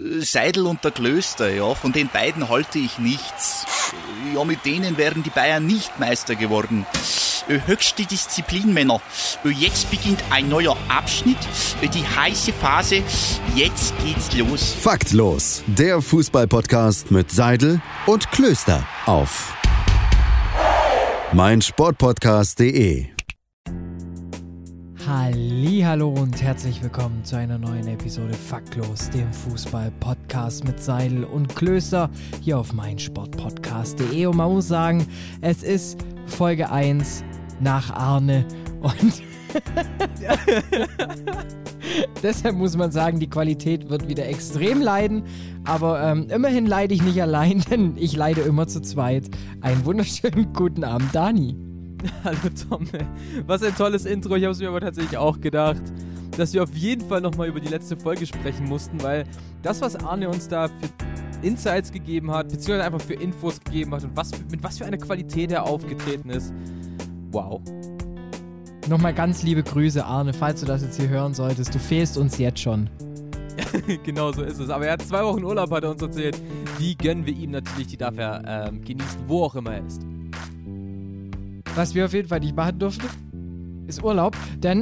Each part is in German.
Seidel und der Klöster, ja, von den beiden halte ich nichts. Ja, mit denen wären die Bayern nicht Meister geworden. Höchste Disziplin, Männer. Jetzt beginnt ein neuer Abschnitt, die heiße Phase. Jetzt geht's los. Faktlos, der Fußball-Podcast mit Seidel und Klöster auf meinsportpodcast.de. Hallihallo und herzlich willkommen zu einer neuen Episode Faktlos, dem Fußball-Podcast mit Seidel und Klöster hier auf meinsportpodcast.de. Und man muss sagen, es ist Folge 1 nach Arne und deshalb muss man sagen, die Qualität wird wieder extrem leiden, aber immerhin leide ich nicht allein, denn ich leide immer zu zweit. Einen wunderschönen guten Abend, Dani. Hallo Tom, was ein tolles Intro. Ich habe es mir aber tatsächlich auch gedacht, dass wir auf jeden Fall nochmal über die letzte Folge sprechen mussten, weil das, was Arne uns da für Insights gegeben hat, beziehungsweise einfach für Infos gegeben hat und mit was für einer Qualität er aufgetreten ist, wow. Nochmal ganz liebe Grüße, Arne, falls du das jetzt hier hören solltest. Du fehlst uns jetzt schon. Genau so ist es. Aber er hat 2 Wochen Urlaub, hat er uns erzählt. Die gönnen wir ihm natürlich, die darf er genießen, wo auch immer er ist. Was wir auf jeden Fall nicht machen durften, ist Urlaub, denn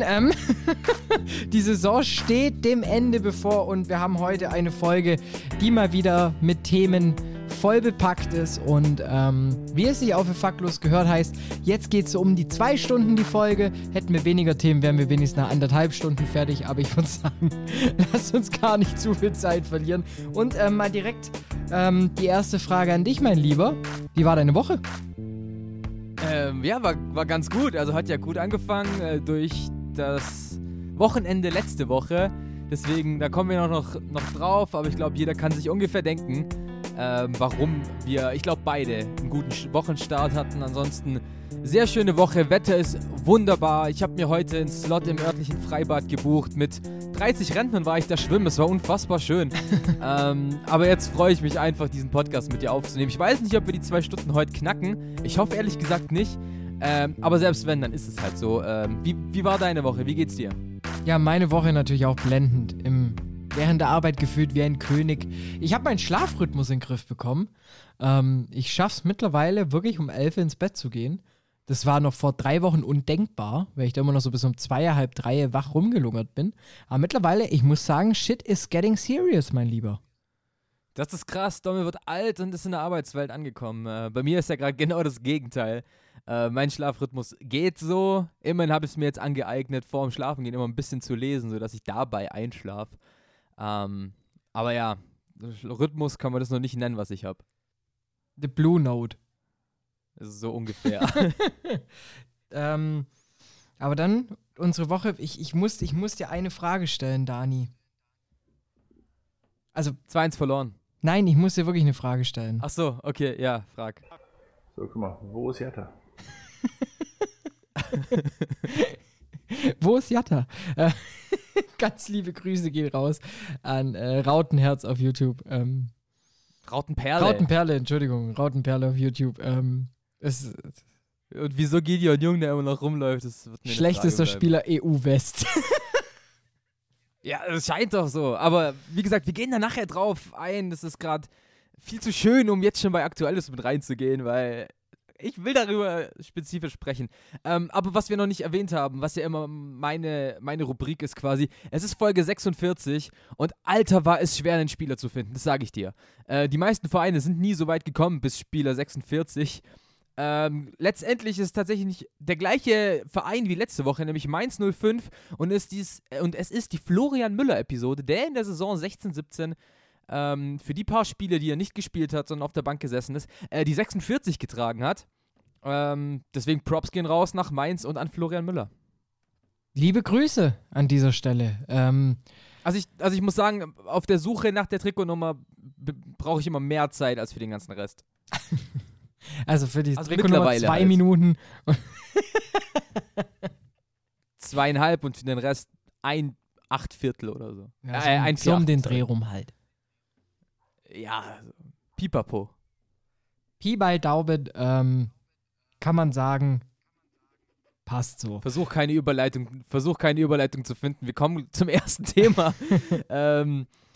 die Saison steht dem Ende bevor und wir haben heute eine Folge, die mal wieder mit Themen voll bepackt ist und wie es sich auch für Faktlos gehört heißt, jetzt geht es so um die 2 Stunden die Folge. Hätten wir weniger Themen, wären wir wenigstens nach 1,5 Stunden fertig, aber ich würde sagen, lasst uns gar nicht zu viel Zeit verlieren und mal direkt die erste Frage an dich, mein Lieber. Wie war deine Woche? Ja, war ganz gut. Also hat ja gut angefangen durch das Wochenende letzte Woche. Deswegen, da kommen wir noch drauf. Aber ich glaube, jeder kann sich ungefähr denken, warum wir, ich glaube, beide einen guten Wochenstart hatten. Ansonsten, sehr schöne Woche. Wetter ist wunderbar. Ich habe mir heute einen Slot im örtlichen Freibad gebucht. Mit 30 Rentnern war ich da schwimmen. Es war unfassbar schön. Aber jetzt freue ich mich einfach, diesen Podcast mit dir aufzunehmen. Ich weiß nicht, ob wir die 2 Stunden heute knacken. Ich hoffe ehrlich gesagt nicht. Aber selbst wenn, dann ist es halt so. Wie war deine Woche? Wie geht's dir? Ja, meine Woche natürlich auch blendend. Während der Arbeit gefühlt wie ein König. Ich habe meinen Schlafrhythmus in den Griff bekommen. Ich schaff's mittlerweile wirklich um 11 ins Bett zu gehen. Das war noch vor 3 Wochen undenkbar, weil ich da immer noch so bis um 2, halb 3 wach rumgelungert bin. Aber mittlerweile, ich muss sagen, shit is getting serious, mein Lieber. Das ist krass. Dommel wird alt und ist in der Arbeitswelt angekommen. Bei mir ist ja gerade genau das Gegenteil. Mein Schlafrhythmus geht so. Immerhin habe ich es mir jetzt angeeignet, vor dem Schlafengehen immer ein bisschen zu lesen, sodass ich dabei einschlafe. Aber ja, Rhythmus kann man das noch nicht nennen, was ich habe. The Blue Note. So ungefähr. Aber dann, unsere Woche, ich muss dir eine Frage stellen, Dani. Also 2-1 verloren. Nein, ich muss dir wirklich eine Frage stellen. Ach so, okay, ja, frag. So, guck mal, wo ist Jatta? Wo ist Jatta? Ganz liebe Grüße gehen raus an Rautenherz auf YouTube. Rautenperle, Entschuldigung, Rautenperle auf YouTube. Und wieso Gideon Jung, der immer noch rumläuft? Das wird mir schlechtester Spieler EU-West. Ja, das scheint doch so. Aber wie gesagt, wir gehen da nachher drauf ein. Das ist gerade viel zu schön, um jetzt schon bei Aktuelles mit reinzugehen, weil ich will darüber spezifisch sprechen. Aber was wir noch nicht erwähnt haben, was ja immer meine Rubrik ist quasi, es ist Folge 46 und Alter, war es schwer, einen Spieler zu finden, das sage ich dir. Die meisten Vereine sind nie so weit gekommen bis Spieler 46. Letztendlich ist es tatsächlich nicht der gleiche Verein wie letzte Woche, nämlich Mainz 05 und es ist die Florian Müller-Episode, der in der Saison 16/17 für die paar Spiele, die er nicht gespielt hat, sondern auf der Bank gesessen ist, die 46 getragen hat. Deswegen Props gehen raus nach Mainz und an Florian Müller. Liebe Grüße an dieser Stelle. Also ich muss sagen, auf der Suche nach der Trikotnummer brauche ich immer mehr Zeit als für den ganzen Rest. Also für die Trikotnummer 2 Minuten. 2,5 und für den Rest 1/8 oder so. Ja, so um den Dreh rum halt. Ja, pipapo. Pi bei Daumen, kann man sagen, passt so. Versuch keine Überleitung zu finden. Wir kommen zum ersten Thema.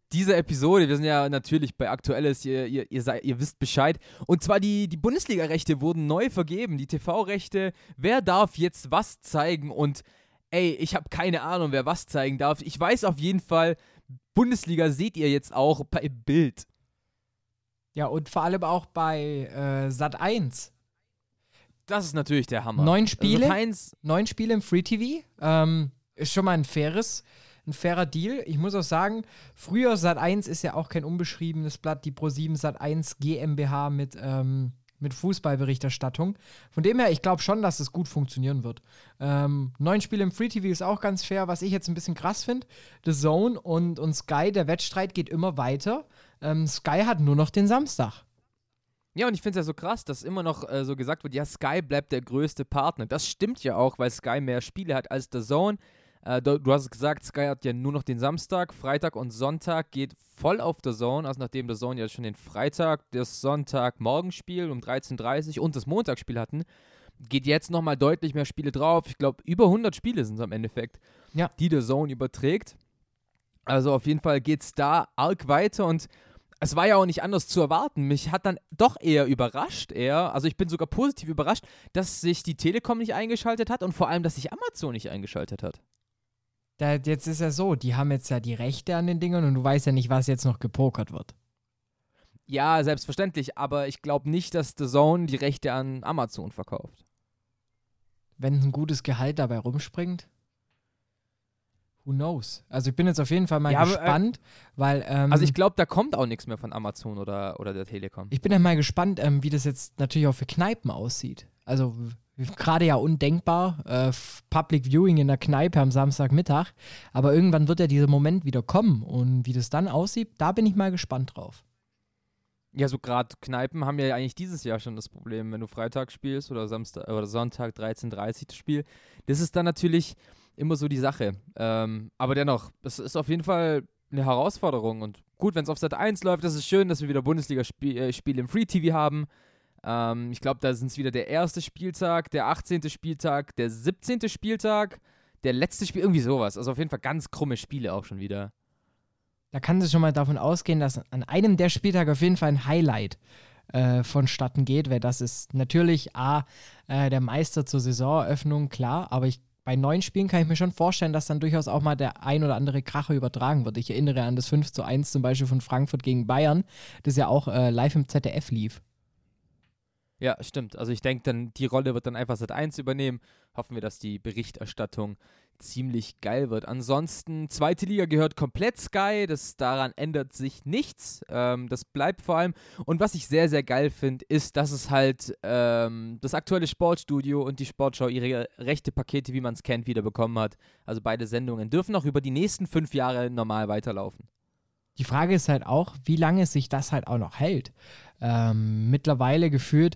diese Episode, wir sind ja natürlich bei Aktuelles, ihr wisst Bescheid. Und zwar die Bundesliga-Rechte wurden neu vergeben, die TV-Rechte. Wer darf jetzt was zeigen? Und ey, ich habe keine Ahnung, wer was zeigen darf. Ich weiß auf jeden Fall, Bundesliga seht ihr jetzt auch bei Bild. Ja, und vor allem auch bei Sat.1. Das ist natürlich der Hammer. 9 Spiele, Also 9 Spiele im Free TV. Ist schon mal ein fairer Deal. Ich muss auch sagen, früher Sat.1 ist ja auch kein unbeschriebenes Blatt, die Pro7 Sat.1 GmbH mit Fußballberichterstattung. Von dem her, ich glaube schon, dass es gut funktionieren wird. 9 Spiele im Free TV ist auch ganz fair. Was ich jetzt ein bisschen krass finde, The Zone und Sky, der Wettstreit geht immer weiter. Sky hat nur noch den Samstag. Ja, und ich finde es ja so krass, dass immer noch so gesagt wird, ja, Sky bleibt der größte Partner. Das stimmt ja auch, weil Sky mehr Spiele hat als The Zone. Du hast es gesagt, Sky hat ja nur noch den Samstag, Freitag und Sonntag geht voll auf The Zone, also nachdem The Zone ja schon den Freitag, das Sonntag-Morgenspiel um 13:30 Uhr und das Montagsspiel hatten, geht jetzt nochmal deutlich mehr Spiele drauf. Ich glaube, über 100 Spiele sind es am Endeffekt, die The Zone überträgt. Also auf jeden Fall geht es da arg weiter und es war ja auch nicht anders zu erwarten. Mich hat dann doch eher überrascht, also ich bin sogar positiv überrascht, dass sich die Telekom nicht eingeschaltet hat und vor allem, dass sich Amazon nicht eingeschaltet hat. Jetzt ist ja so, die haben jetzt ja die Rechte an den Dingern und du weißt ja nicht, was jetzt noch gepokert wird. Ja, selbstverständlich, aber ich glaube nicht, dass The Zone die Rechte an Amazon verkauft. Wenn ein gutes Gehalt dabei rumspringt, who knows? Also ich bin jetzt auf jeden Fall mal gespannt, weil... also ich glaube, da kommt auch nichts mehr von Amazon oder der Telekom. Ich bin ja mal gespannt, wie das jetzt natürlich auch für Kneipen aussieht. Also gerade ja undenkbar, Public Viewing in der Kneipe am Samstagmittag, aber irgendwann wird ja dieser Moment wieder kommen und wie das dann aussieht, da bin ich mal gespannt drauf. Ja, so gerade Kneipen haben ja eigentlich dieses Jahr schon das Problem, wenn du Freitag spielst oder Samstag oder Sonntag 13:30 Uhr das Spiel. Das ist dann natürlich immer so die Sache. Aber dennoch, es ist auf jeden Fall eine Herausforderung und gut, wenn es auf Sat.1 läuft, das ist schön, dass wir wieder Bundesliga-Spiele im Free TV haben. Ich glaube, da sind es wieder der erste Spieltag, der 18. Spieltag, der 17. Spieltag, der letzte Spiel, irgendwie sowas. Also auf jeden Fall ganz krumme Spiele auch schon wieder. Da kann es schon mal davon ausgehen, dass an einem der Spieltage auf jeden Fall ein Highlight vonstatten geht, weil das ist natürlich der Meister zur Saisoneröffnung, klar, aber bei 9 Spielen kann ich mir schon vorstellen, dass dann durchaus auch mal der ein oder andere Kracher übertragen wird. Ich erinnere an das 5:1 zum Beispiel von Frankfurt gegen Bayern, das ja auch live im ZDF lief. Ja, stimmt. Also ich denke, dann die Rolle wird dann einfach Sat.1 übernehmen. Hoffen wir, dass die Berichterstattung ziemlich geil wird. Ansonsten, zweite Liga gehört komplett Sky. Daran ändert sich nichts. Das bleibt vor allem. Und was ich sehr, sehr geil finde, ist, dass es halt das aktuelle Sportstudio und die Sportschau ihre rechte Pakete, wie man es kennt, wieder bekommen hat. Also beide Sendungen dürfen auch über die nächsten 5 Jahre normal weiterlaufen. Die Frage ist halt auch, wie lange sich das halt auch noch hält. Mittlerweile gefühlt,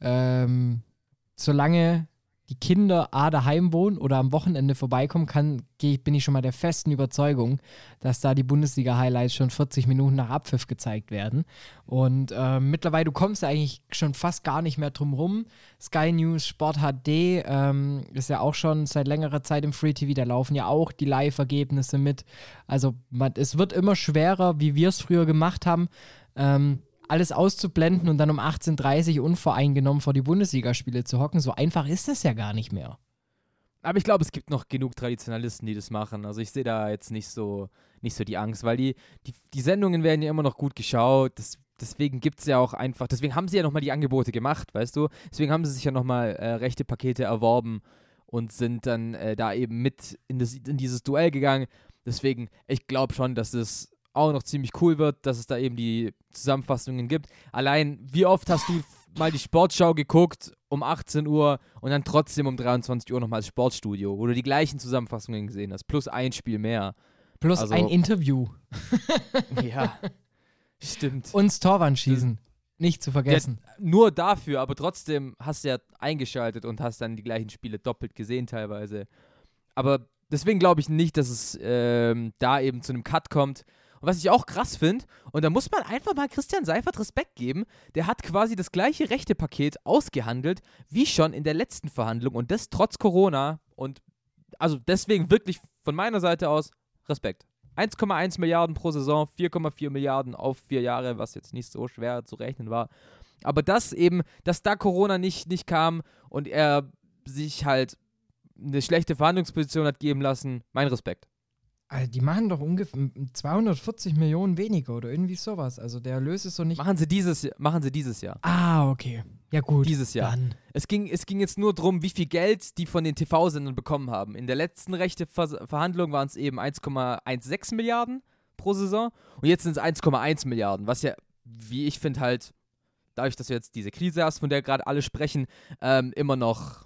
solange die Kinder daheim wohnen oder am Wochenende vorbeikommen, bin ich schon mal der festen Überzeugung, dass da die Bundesliga-Highlights schon 40 Minuten nach Abpfiff gezeigt werden. Und mittlerweile, du kommst ja eigentlich schon fast gar nicht mehr drum rum. Sky News, Sport HD ist ja auch schon seit längerer Zeit im Free TV, da laufen ja auch die Live-Ergebnisse mit. Also es wird immer schwerer, wie wir es früher gemacht haben, alles auszublenden und dann um 18:30 Uhr unvoreingenommen vor die Bundesligaspiele zu hocken. So einfach ist das ja gar nicht mehr. Aber ich glaube, es gibt noch genug Traditionalisten, die das machen. Also ich sehe da jetzt nicht so die Angst, weil die Sendungen werden ja immer noch gut geschaut. Deswegen gibt es ja auch einfach, deswegen haben sie ja nochmal die Angebote gemacht, weißt du? Deswegen haben sie sich ja nochmal rechte Pakete erworben und sind dann da eben mit in dieses Duell gegangen. Deswegen, ich glaube schon, dass es auch noch ziemlich cool wird, dass es da eben die Zusammenfassungen gibt. Allein, wie oft hast du mal die Sportschau geguckt um 18 Uhr und dann trotzdem um 23 Uhr nochmal das Sportstudio, wo du die gleichen Zusammenfassungen gesehen hast, plus ein Spiel mehr. Plus ein Interview. Ja, stimmt. Und das Torwandschießen, nicht zu vergessen. Ja, nur dafür, aber trotzdem hast du ja eingeschaltet und hast dann die gleichen Spiele doppelt gesehen teilweise. Aber deswegen glaube ich nicht, dass es da eben zu einem Cut kommt. Und was ich auch krass finde, und da muss man einfach mal Christian Seifert Respekt geben, der hat quasi das gleiche Rechtepaket ausgehandelt wie schon in der letzten Verhandlung und das trotz Corona. Und also deswegen wirklich von meiner Seite aus Respekt. 1,1 Milliarden pro Saison, 4,4 Milliarden auf 4 Jahre, was jetzt nicht so schwer zu rechnen war. Aber dass da Corona nicht kam und er sich halt eine schlechte Verhandlungsposition hat geben lassen, mein Respekt. Also die machen doch ungefähr 240 Millionen weniger oder irgendwie sowas. Also der Erlös ist so nicht... Machen sie dieses Jahr. Ah, okay. Ja gut. Dieses Jahr. Dann. Es ging jetzt nur darum, wie viel Geld die von den TV-Sendern bekommen haben. In der letzten Rechte-Verhandlung waren es eben 1,16 Milliarden pro Saison und jetzt sind es 1,1 Milliarden, was ja, wie ich finde halt, dadurch, dass du jetzt diese Krise hast, von der gerade alle sprechen, immer noch,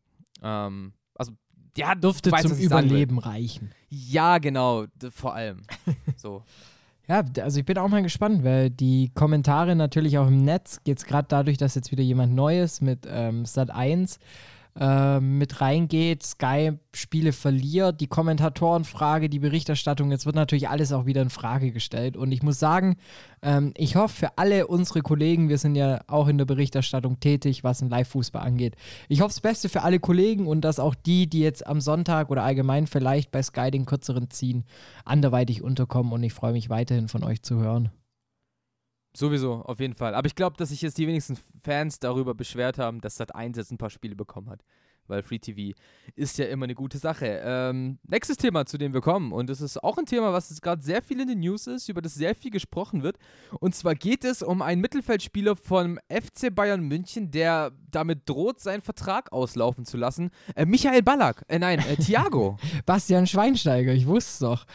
ja, dürfte zum Überleben reichen. Ja, genau, vor allem. So. Ja, also ich bin auch mal gespannt, weil die Kommentare natürlich auch im Netz, jetzt gerade dadurch, dass jetzt wieder jemand Neues mit Sat.1 mit reingeht, Sky Spiele verliert, die Kommentatorenfrage, die Berichterstattung, jetzt wird natürlich alles auch wieder in Frage gestellt und ich muss sagen, ich hoffe für alle unsere Kollegen, wir sind ja auch in der Berichterstattung tätig, was den Live-Fußball angeht. Ich hoffe das Beste für alle Kollegen und dass auch die jetzt am Sonntag oder allgemein vielleicht bei Sky den kürzeren ziehen, anderweitig unterkommen und ich freue mich weiterhin von euch zu hören. Sowieso, auf jeden Fall. Aber ich glaube, dass sich jetzt die wenigsten Fans darüber beschwert haben, dass Sat.1 jetzt ein paar Spiele bekommen hat. Weil Free TV ist ja immer eine gute Sache. Nächstes Thema, zu dem wir kommen. Und es ist auch ein Thema, was jetzt gerade sehr viel in den News ist, über das sehr viel gesprochen wird. Und zwar geht es um einen Mittelfeldspieler vom FC Bayern München, der damit droht, seinen Vertrag auslaufen zu lassen. Michael Ballack. Thiago. Bastian Schweinsteiger, ich wusste es doch.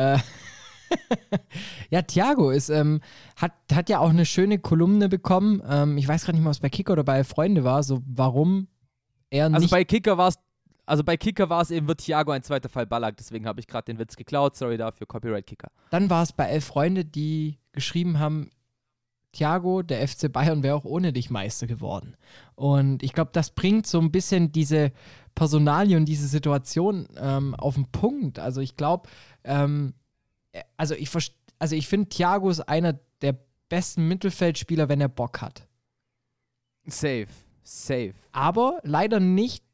Ja, Thiago hat ja auch eine schöne Kolumne bekommen. Ich weiß gar nicht mal, ob es bei Kicker oder bei Freunde war, so warum er nicht... Also bei Kicker war es eben, wird Thiago ein zweiter Fall Ballack, deswegen habe ich gerade den Witz geklaut, sorry dafür, Copyright Kicker. Dann war es bei 11 Freunde, die geschrieben haben, Thiago, der FC Bayern wäre auch ohne dich Meister geworden. Und ich glaube, das bringt so ein bisschen diese Personalie und diese Situation auf den Punkt. Also ich glaube, ich finde, Thiago ist einer der besten Mittelfeldspieler, wenn er Bock hat. Safe. Aber leider nicht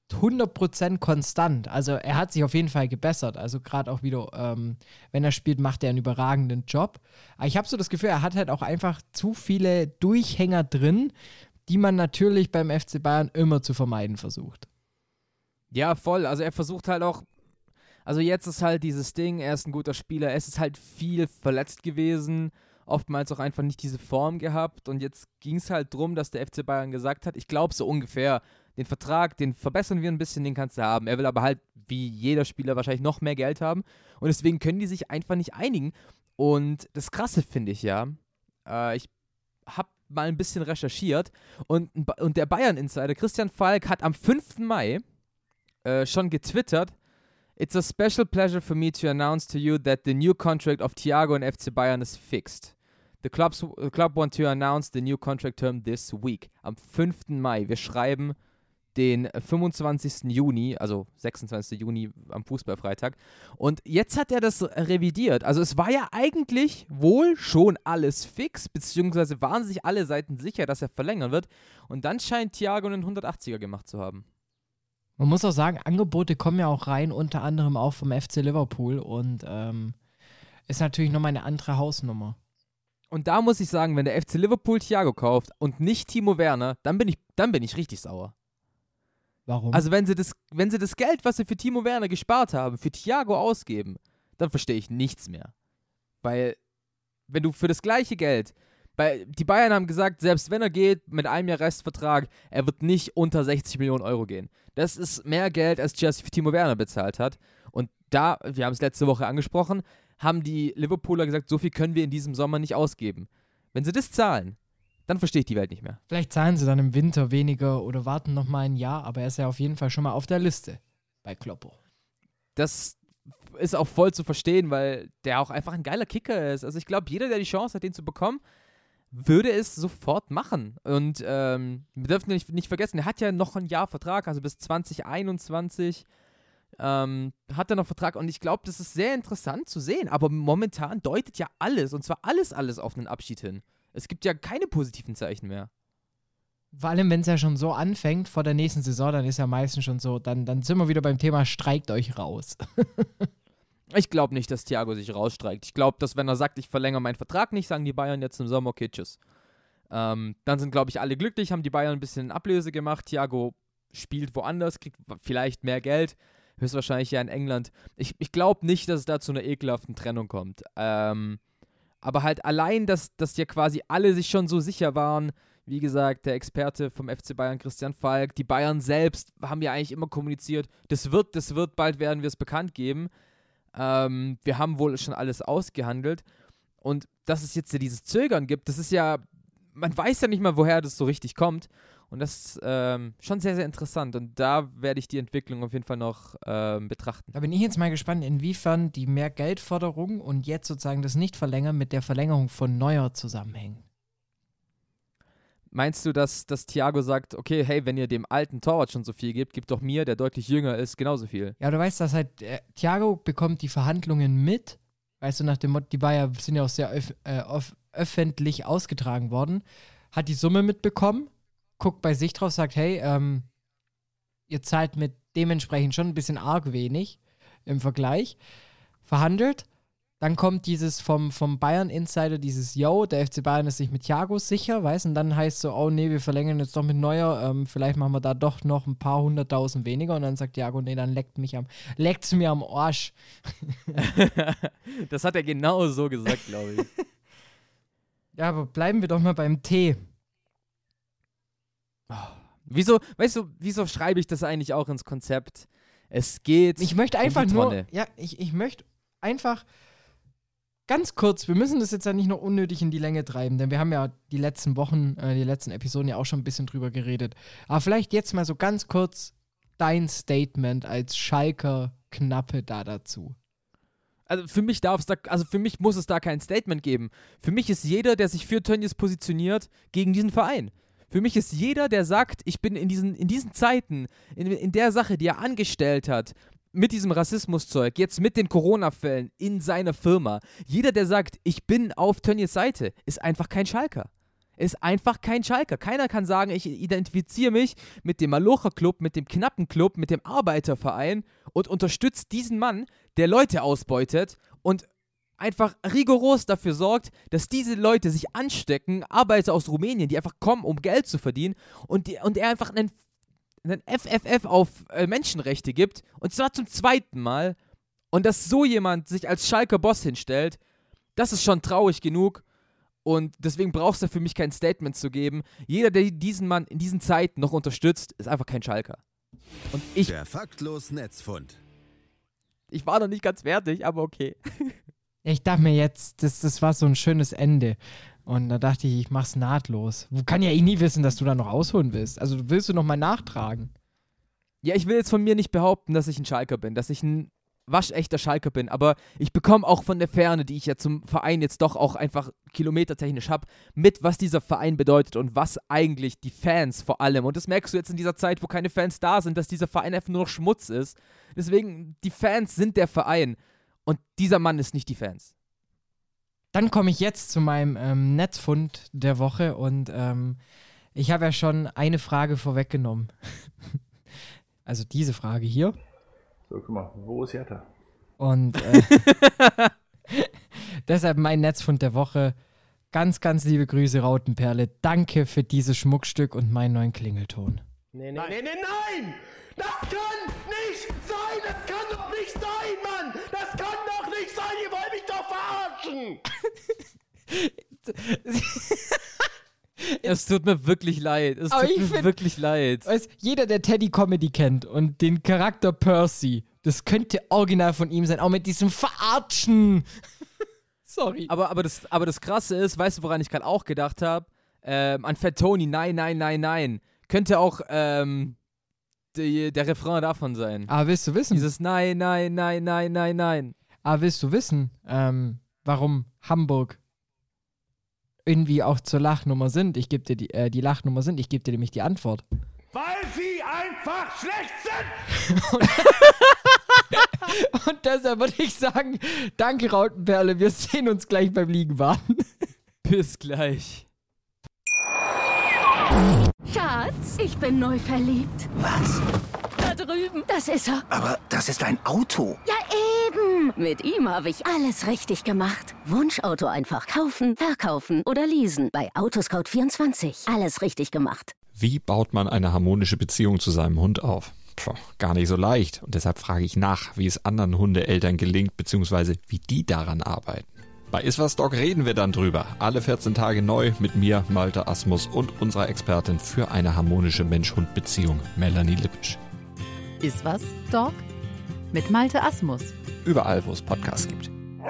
100% konstant. Also er hat sich auf jeden Fall gebessert. Also gerade auch wieder, wenn er spielt, macht er einen überragenden Job. Aber ich habe so das Gefühl, er hat halt auch einfach zu viele Durchhänger drin, die man natürlich beim FC Bayern immer zu vermeiden versucht. Ja, voll. Also er versucht halt auch. Also jetzt ist halt dieses Ding, er ist ein guter Spieler, es ist halt viel verletzt gewesen, oftmals auch einfach nicht diese Form gehabt und jetzt ging es halt drum, dass der FC Bayern gesagt hat, ich glaube so ungefähr, den Vertrag, den verbessern wir ein bisschen, den kannst du haben. Er will aber halt, wie jeder Spieler, wahrscheinlich noch mehr Geld haben und deswegen können die sich einfach nicht einigen und das Krasse finde ich ja, ich habe mal ein bisschen recherchiert und der Bayern-Insider Christian Falk hat am 5. Mai schon getwittert, "It's a special pleasure for me to announce to you that the new contract of Thiago and FC Bayern is fixed. The club want to announce the new contract term this week." Am 5. Mai. Wir schreiben den 25. Juni, also 26. Juni am Fußballfreitag. Und jetzt hat er das revidiert. Also es war ja eigentlich wohl schon alles fix, beziehungsweise waren sich alle Seiten sicher, dass er verlängern wird. Und dann scheint Thiago einen 180er gemacht zu haben. Man muss auch sagen, Angebote kommen ja auch rein, unter anderem auch vom FC Liverpool und ist natürlich nochmal eine andere Hausnummer. Und da muss ich sagen, wenn der FC Liverpool Thiago kauft und nicht Timo Werner, dann bin ich richtig sauer. Warum? Also wenn sie das Geld, was sie für Timo Werner gespart haben, für Thiago ausgeben, dann verstehe ich nichts mehr. Weil, wenn du für das gleiche Geld, die Bayern haben gesagt, selbst wenn er geht, mit einem Jahr Restvertrag, er wird nicht unter 60 Millionen Euro gehen. Das ist mehr Geld, als Chelsea für Timo Werner bezahlt hat. Und da, wir haben es letzte Woche angesprochen, haben die Liverpooler gesagt, so viel können wir in diesem Sommer nicht ausgeben. Wenn sie das zahlen, dann verstehe ich die Welt nicht mehr. Vielleicht zahlen sie dann im Winter weniger oder warten noch mal ein Jahr, aber er ist ja auf jeden Fall schon mal auf der Liste bei Kloppo. Das ist auch voll zu verstehen, weil der auch einfach ein geiler Kicker ist. Also ich glaube, jeder, der die Chance hat, den zu bekommen, würde es sofort machen. Und wir dürfen nicht vergessen, er hat ja noch ein Jahr Vertrag, also bis 2021 hat er noch Vertrag. Und ich glaube, das ist sehr interessant zu sehen. Aber momentan deutet ja alles, und zwar alles auf einen Abschied hin. Es gibt ja keine positiven Zeichen mehr. Vor allem, wenn es ja schon so anfängt vor der nächsten Saison, dann ist ja meistens schon so, dann sind wir wieder beim Thema, streikt euch raus. Ich glaube nicht, dass Thiago sich rausstreikt. Ich glaube, dass wenn er sagt, ich verlängere meinen Vertrag nicht, sagen die Bayern jetzt im Sommer, okay, tschüss. Dann sind, glaube ich, alle glücklich, haben die Bayern ein bisschen Ablöse gemacht. Thiago spielt woanders, kriegt vielleicht mehr Geld, höchstwahrscheinlich ja in England. Ich glaube nicht, dass es da zu einer ekelhaften Trennung kommt. Aber halt allein, dass ja quasi alle sich schon so sicher waren, wie gesagt, der Experte vom FC Bayern, Christian Falk, die Bayern selbst haben ja eigentlich immer kommuniziert, das wird, bald werden wir es bekannt geben. Wir haben wohl schon alles ausgehandelt. Und dass es jetzt ja dieses Zögern gibt, das ist ja, man weiß ja nicht mal, woher das so richtig kommt. Und das ist schon sehr, sehr interessant. Und da werde ich die Entwicklung auf jeden Fall noch betrachten. Da bin ich jetzt mal gespannt, inwiefern die Mehrgeldforderung und jetzt sozusagen das Nicht-Verlängern mit der Verlängerung von Neuer zusammenhängen. Meinst du, dass Thiago sagt, okay, hey, wenn ihr dem alten Torwart schon so viel gebt, gebt doch mir, der deutlich jünger ist, genauso viel? Ja, du weißt, dass halt Thiago bekommt die Verhandlungen mit. Weißt du, nach dem Motto, die Bayern sind ja auch sehr öffentlich ausgetragen worden. Hat die Summe mitbekommen, guckt bei sich drauf, sagt, hey, ihr zahlt mit dementsprechend schon ein bisschen arg wenig im Vergleich. Verhandelt. Dann kommt dieses vom Bayern-Insider, dieses Yo, der FC Bayern ist sich mit Thiago sicher, weißt du? Und dann heißt so, oh nee, wir verlängern jetzt doch mit Neuer, vielleicht machen wir da doch noch ein paar 100.000 weniger. Und dann sagt Thiago, nee, dann leckt's mir am Arsch. Das hat er genau so gesagt, glaube ich. Ja, aber bleiben wir doch mal beim Tee. Oh, wieso schreibe ich das eigentlich auch ins Konzept? Es geht Ich möchte einfach um die Tonne. ich möchte einfach ganz kurz, wir müssen das jetzt ja nicht noch unnötig in die Länge treiben, denn wir haben ja die letzten Wochen, die letzten Episoden ja auch schon ein bisschen drüber geredet. Aber vielleicht jetzt mal so ganz kurz dein Statement als Schalker Knappe da dazu. Also für mich muss es da kein Statement geben. Für mich ist jeder, der sich für Tönnies positioniert, gegen diesen Verein. Für mich ist jeder, der sagt, ich bin in diesen Zeiten, in der Sache, die er angestellt hat, mit diesem Rassismuszeug, jetzt mit den Corona-Fällen in seiner Firma, jeder, der sagt, ich bin auf Tönnies Seite, ist einfach kein Schalker. Ist einfach kein Schalker. Keiner kann sagen, ich identifiziere mich mit dem Malocher-Club, mit dem Knappen-Club, mit dem Arbeiterverein und unterstütze diesen Mann, der Leute ausbeutet und einfach rigoros dafür sorgt, dass diese Leute sich anstecken, Arbeiter aus Rumänien, die einfach kommen, um Geld zu verdienen und er einfach einen FFF auf Menschenrechte gibt, und zwar zum zweiten Mal, und dass so jemand sich als Schalker Boss hinstellt, das ist schon traurig genug, und deswegen brauchst du für mich kein Statement zu geben. Jeder, der diesen Mann in diesen Zeiten noch unterstützt, ist einfach kein Schalker. Und Der faktlos Netzfund. Ich war noch nicht ganz fertig, aber okay. Ich dachte mir jetzt, das war so ein schönes Ende. Und da dachte ich mach's nahtlos. Kann ja nie wissen, dass du da noch ausholen willst. Also willst du noch mal nachtragen? Ja, ich will jetzt von mir nicht behaupten, dass ich ein Schalker bin, dass ich ein waschechter Schalker bin, aber ich bekomme auch von der Ferne, die ich ja zum Verein jetzt doch auch einfach kilometertechnisch habe, mit, was dieser Verein bedeutet und was eigentlich die Fans vor allem, und das merkst du jetzt in dieser Zeit, wo keine Fans da sind, dass dieser Verein einfach nur noch Schmutz ist. Deswegen, die Fans sind der Verein und dieser Mann ist nicht die Fans. Dann komme ich jetzt zu meinem Netzfund der Woche und ich habe ja schon eine Frage vorweggenommen. Also diese Frage hier. So, guck mal, wo ist Hertha? Und deshalb mein Netzfund der Woche. Ganz, ganz liebe Grüße, Rautenperle. Danke für dieses Schmuckstück und meinen neuen Klingelton. Nein! Das kann nicht sein! Das kann doch nicht sein, Mann! Das kann doch nicht sein! Ihr wollt mich doch verarschen! Es tut mir wirklich leid. Weißt, jeder, der Teddy Comedy kennt und den Charakter Percy, das könnte original von ihm sein, auch mit diesem Verarschen. Sorry. Aber das Krasse ist, weißt du, woran ich gerade auch gedacht habe? An Fat Tony, nein. Könnte auch der Refrain davon sein. Aber willst du wissen? Dieses Nein. Aber willst du wissen, warum Hamburg irgendwie auch zur Lachnummer sind? Ich gebe dir die Lachnummer sind. Ich gebe dir nämlich die Antwort. Weil sie einfach schlecht sind! Und deshalb würde ich sagen, danke Rautenperle, wir sehen uns gleich beim Liegenwarten. Bis gleich. Schatz, ich bin neu verliebt. Was? Da da drüben. Das ist er. Aber das ist ein Auto. Ja, eben. Mit ihm habe ich alles richtig gemacht. Wunschauto einfach kaufen, verkaufen oder leasen. Bei Autoscout24. Alles richtig gemacht. Wie baut man eine harmonische Beziehung zu seinem Hund auf? Gar nicht so leicht. Und deshalb frage ich nach, wie es anderen Hundeeltern gelingt, beziehungsweise wie die daran arbeiten. Bei Iswas Dog reden wir dann drüber. Alle 14 Tage neu mit mir, Malte Asmus und unserer Expertin für eine harmonische Mensch-Hund-Beziehung, Melanie Lippisch. Iswas Dog mit Malte Asmus. Überall, wo es Podcasts gibt.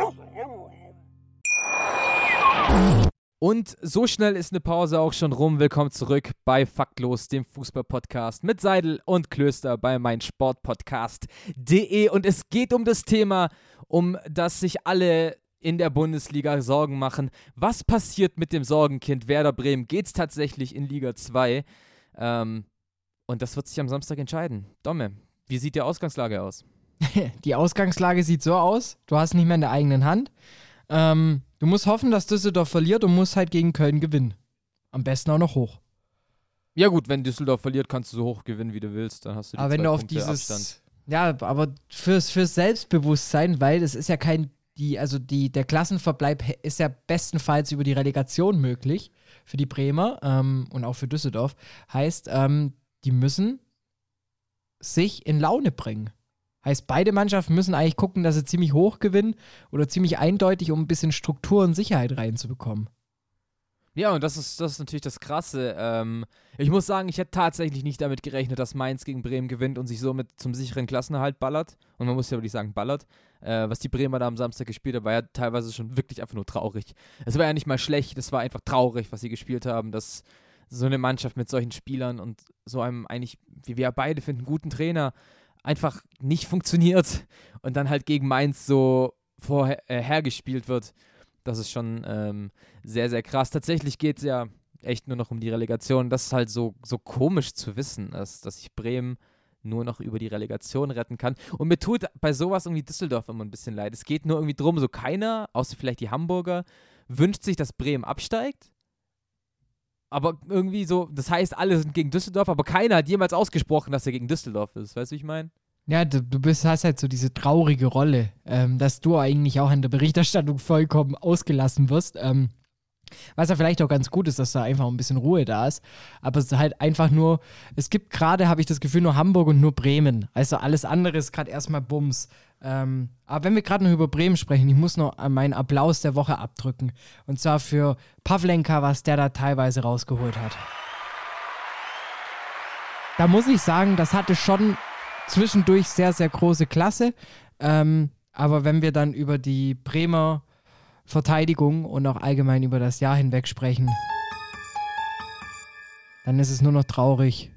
Und so schnell ist eine Pause auch schon rum. Willkommen zurück bei Faktlos, dem Fußball-Podcast mit Seidel und Klöster bei meinsportpodcast.de. Und es geht um das Thema, um das sich alle in der Bundesliga Sorgen machen. Was passiert mit dem Sorgenkind Werder Bremen? Geht es tatsächlich in Liga 2? Und das wird sich am Samstag entscheiden. Domme, wie sieht die Ausgangslage aus? Die Ausgangslage sieht so aus, du hast nicht mehr in der eigenen Hand. Du musst hoffen, dass Düsseldorf verliert und musst halt gegen Köln gewinnen. Am besten auch noch hoch. Ja gut, wenn Düsseldorf verliert, kannst du so hoch gewinnen, wie du willst. Dann hast du die aber 2 wenn du auf Punkte dieses Abstand. Ja, aber fürs Selbstbewusstsein, weil es ist ja der Klassenverbleib ist ja bestenfalls über die Relegation möglich für die Bremer und auch für Düsseldorf. Heißt, die müssen sich in Laune bringen. Heißt, beide Mannschaften müssen eigentlich gucken, dass sie ziemlich hoch gewinnen oder ziemlich eindeutig, um ein bisschen Struktur und Sicherheit reinzubekommen. Ja, und das ist natürlich das Krasse. Ich muss sagen, ich hätte tatsächlich nicht damit gerechnet, dass Mainz gegen Bremen gewinnt und sich somit zum sicheren Klassenerhalt ballert. Und man muss ja wirklich sagen, ballert. Was die Bremer da am Samstag gespielt haben, war ja teilweise schon wirklich einfach nur traurig. Es war ja nicht mal schlecht, es war einfach traurig, was sie gespielt haben, dass so eine Mannschaft mit solchen Spielern und so einem eigentlich, wie wir ja beide finden, guten Trainer einfach nicht funktioniert und dann halt gegen Mainz so hergespielt wird. Das ist schon sehr, sehr krass. Tatsächlich geht es ja echt nur noch um die Relegation. Das ist halt so komisch zu wissen, dass sich Bremen nur noch über die Relegation retten kann. Und mir tut bei sowas irgendwie Düsseldorf immer ein bisschen leid. Es geht nur irgendwie drum, so keiner, außer vielleicht die Hamburger, wünscht sich, dass Bremen absteigt. Aber irgendwie so, das heißt, alle sind gegen Düsseldorf, aber keiner hat jemals ausgesprochen, dass er gegen Düsseldorf ist. Weißt du, wie ich meine? Ja, hast halt so diese traurige Rolle, dass du eigentlich auch in der Berichterstattung vollkommen ausgelassen wirst. Was ja vielleicht auch ganz gut ist, dass da einfach ein bisschen Ruhe da ist. Aber es ist halt einfach nur, es gibt gerade, habe ich das Gefühl, nur Hamburg und nur Bremen. Also alles andere ist gerade erstmal Bums. Aber wenn wir gerade noch über Bremen sprechen, ich muss noch meinen Applaus der Woche abdrücken. Und zwar für Pavlenka, was der da teilweise rausgeholt hat. Da muss ich sagen, das hatte schon zwischendurch sehr, sehr große Klasse. Aber wenn wir dann über die Bremer Verteidigung und auch allgemein über das Jahr hinweg sprechen, dann ist es nur noch traurig.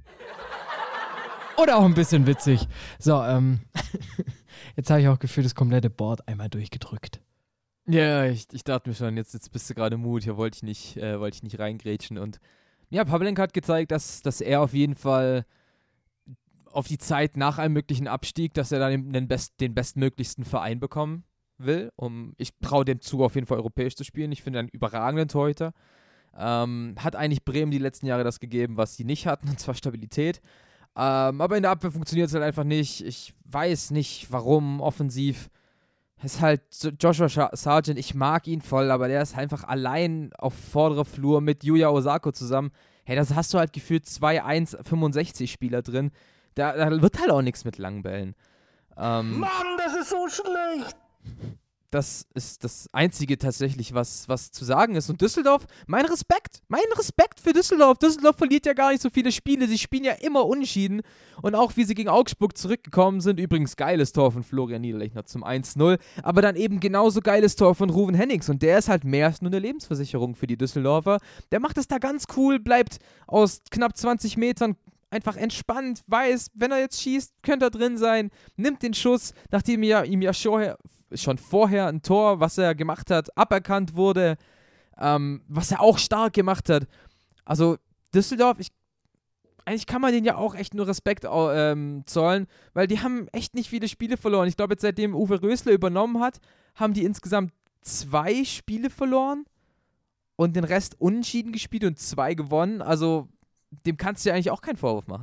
Oder auch ein bisschen witzig. So, jetzt habe ich auch gefühlt das komplette Board einmal durchgedrückt. Ja, ich dachte mir schon, jetzt bist du gerade Mut, hier wollte ich nicht reingrätschen. Und ja, Pavlenka hat gezeigt, dass er auf jeden Fall auf die Zeit nach einem möglichen Abstieg, dass er dann den bestmöglichsten Verein bekommen will. Ich traue dem zu, auf jeden Fall europäisch zu spielen. Ich finde einen überragenden Torhüter. Hat eigentlich Bremen die letzten Jahre das gegeben, was sie nicht hatten, und zwar Stabilität. Aber in der Abwehr funktioniert es halt einfach nicht. Ich weiß nicht, warum offensiv. Es ist halt Joshua Sargent, ich mag ihn voll, aber der ist einfach allein auf vorderer Flur mit Yuya Osako zusammen. Hey, da hast du halt gefühlt 2-1-65 Spieler drin. Da wird halt auch nichts mit langen Bällen. Mann, das ist so schlecht! Das ist das Einzige tatsächlich, was zu sagen ist. Und Düsseldorf, mein Respekt für Düsseldorf. Düsseldorf verliert ja gar nicht so viele Spiele. Sie spielen ja immer unentschieden. Und auch wie sie gegen Augsburg zurückgekommen sind, übrigens geiles Tor von Florian Niederlechner zum 1-0, aber dann eben genauso geiles Tor von Ruven Hennings. Und der ist halt mehr als nur eine Lebensversicherung für die Düsseldorfer. Der macht es da ganz cool, bleibt aus knapp 20 Metern einfach entspannt, weiß, wenn er jetzt schießt, könnte er drin sein, nimmt den Schuss, nachdem ihm ja schon vorher ein Tor, was er gemacht hat, aberkannt wurde, was er auch stark gemacht hat. Also Düsseldorf, eigentlich kann man denen ja auch echt nur Respekt zollen, weil die haben echt nicht viele Spiele verloren. Ich glaube, jetzt seitdem Uwe Rösler übernommen hat, haben die insgesamt 2 Spiele verloren und den Rest unentschieden gespielt und 2 gewonnen. Also dem kannst du ja eigentlich auch keinen Vorwurf machen.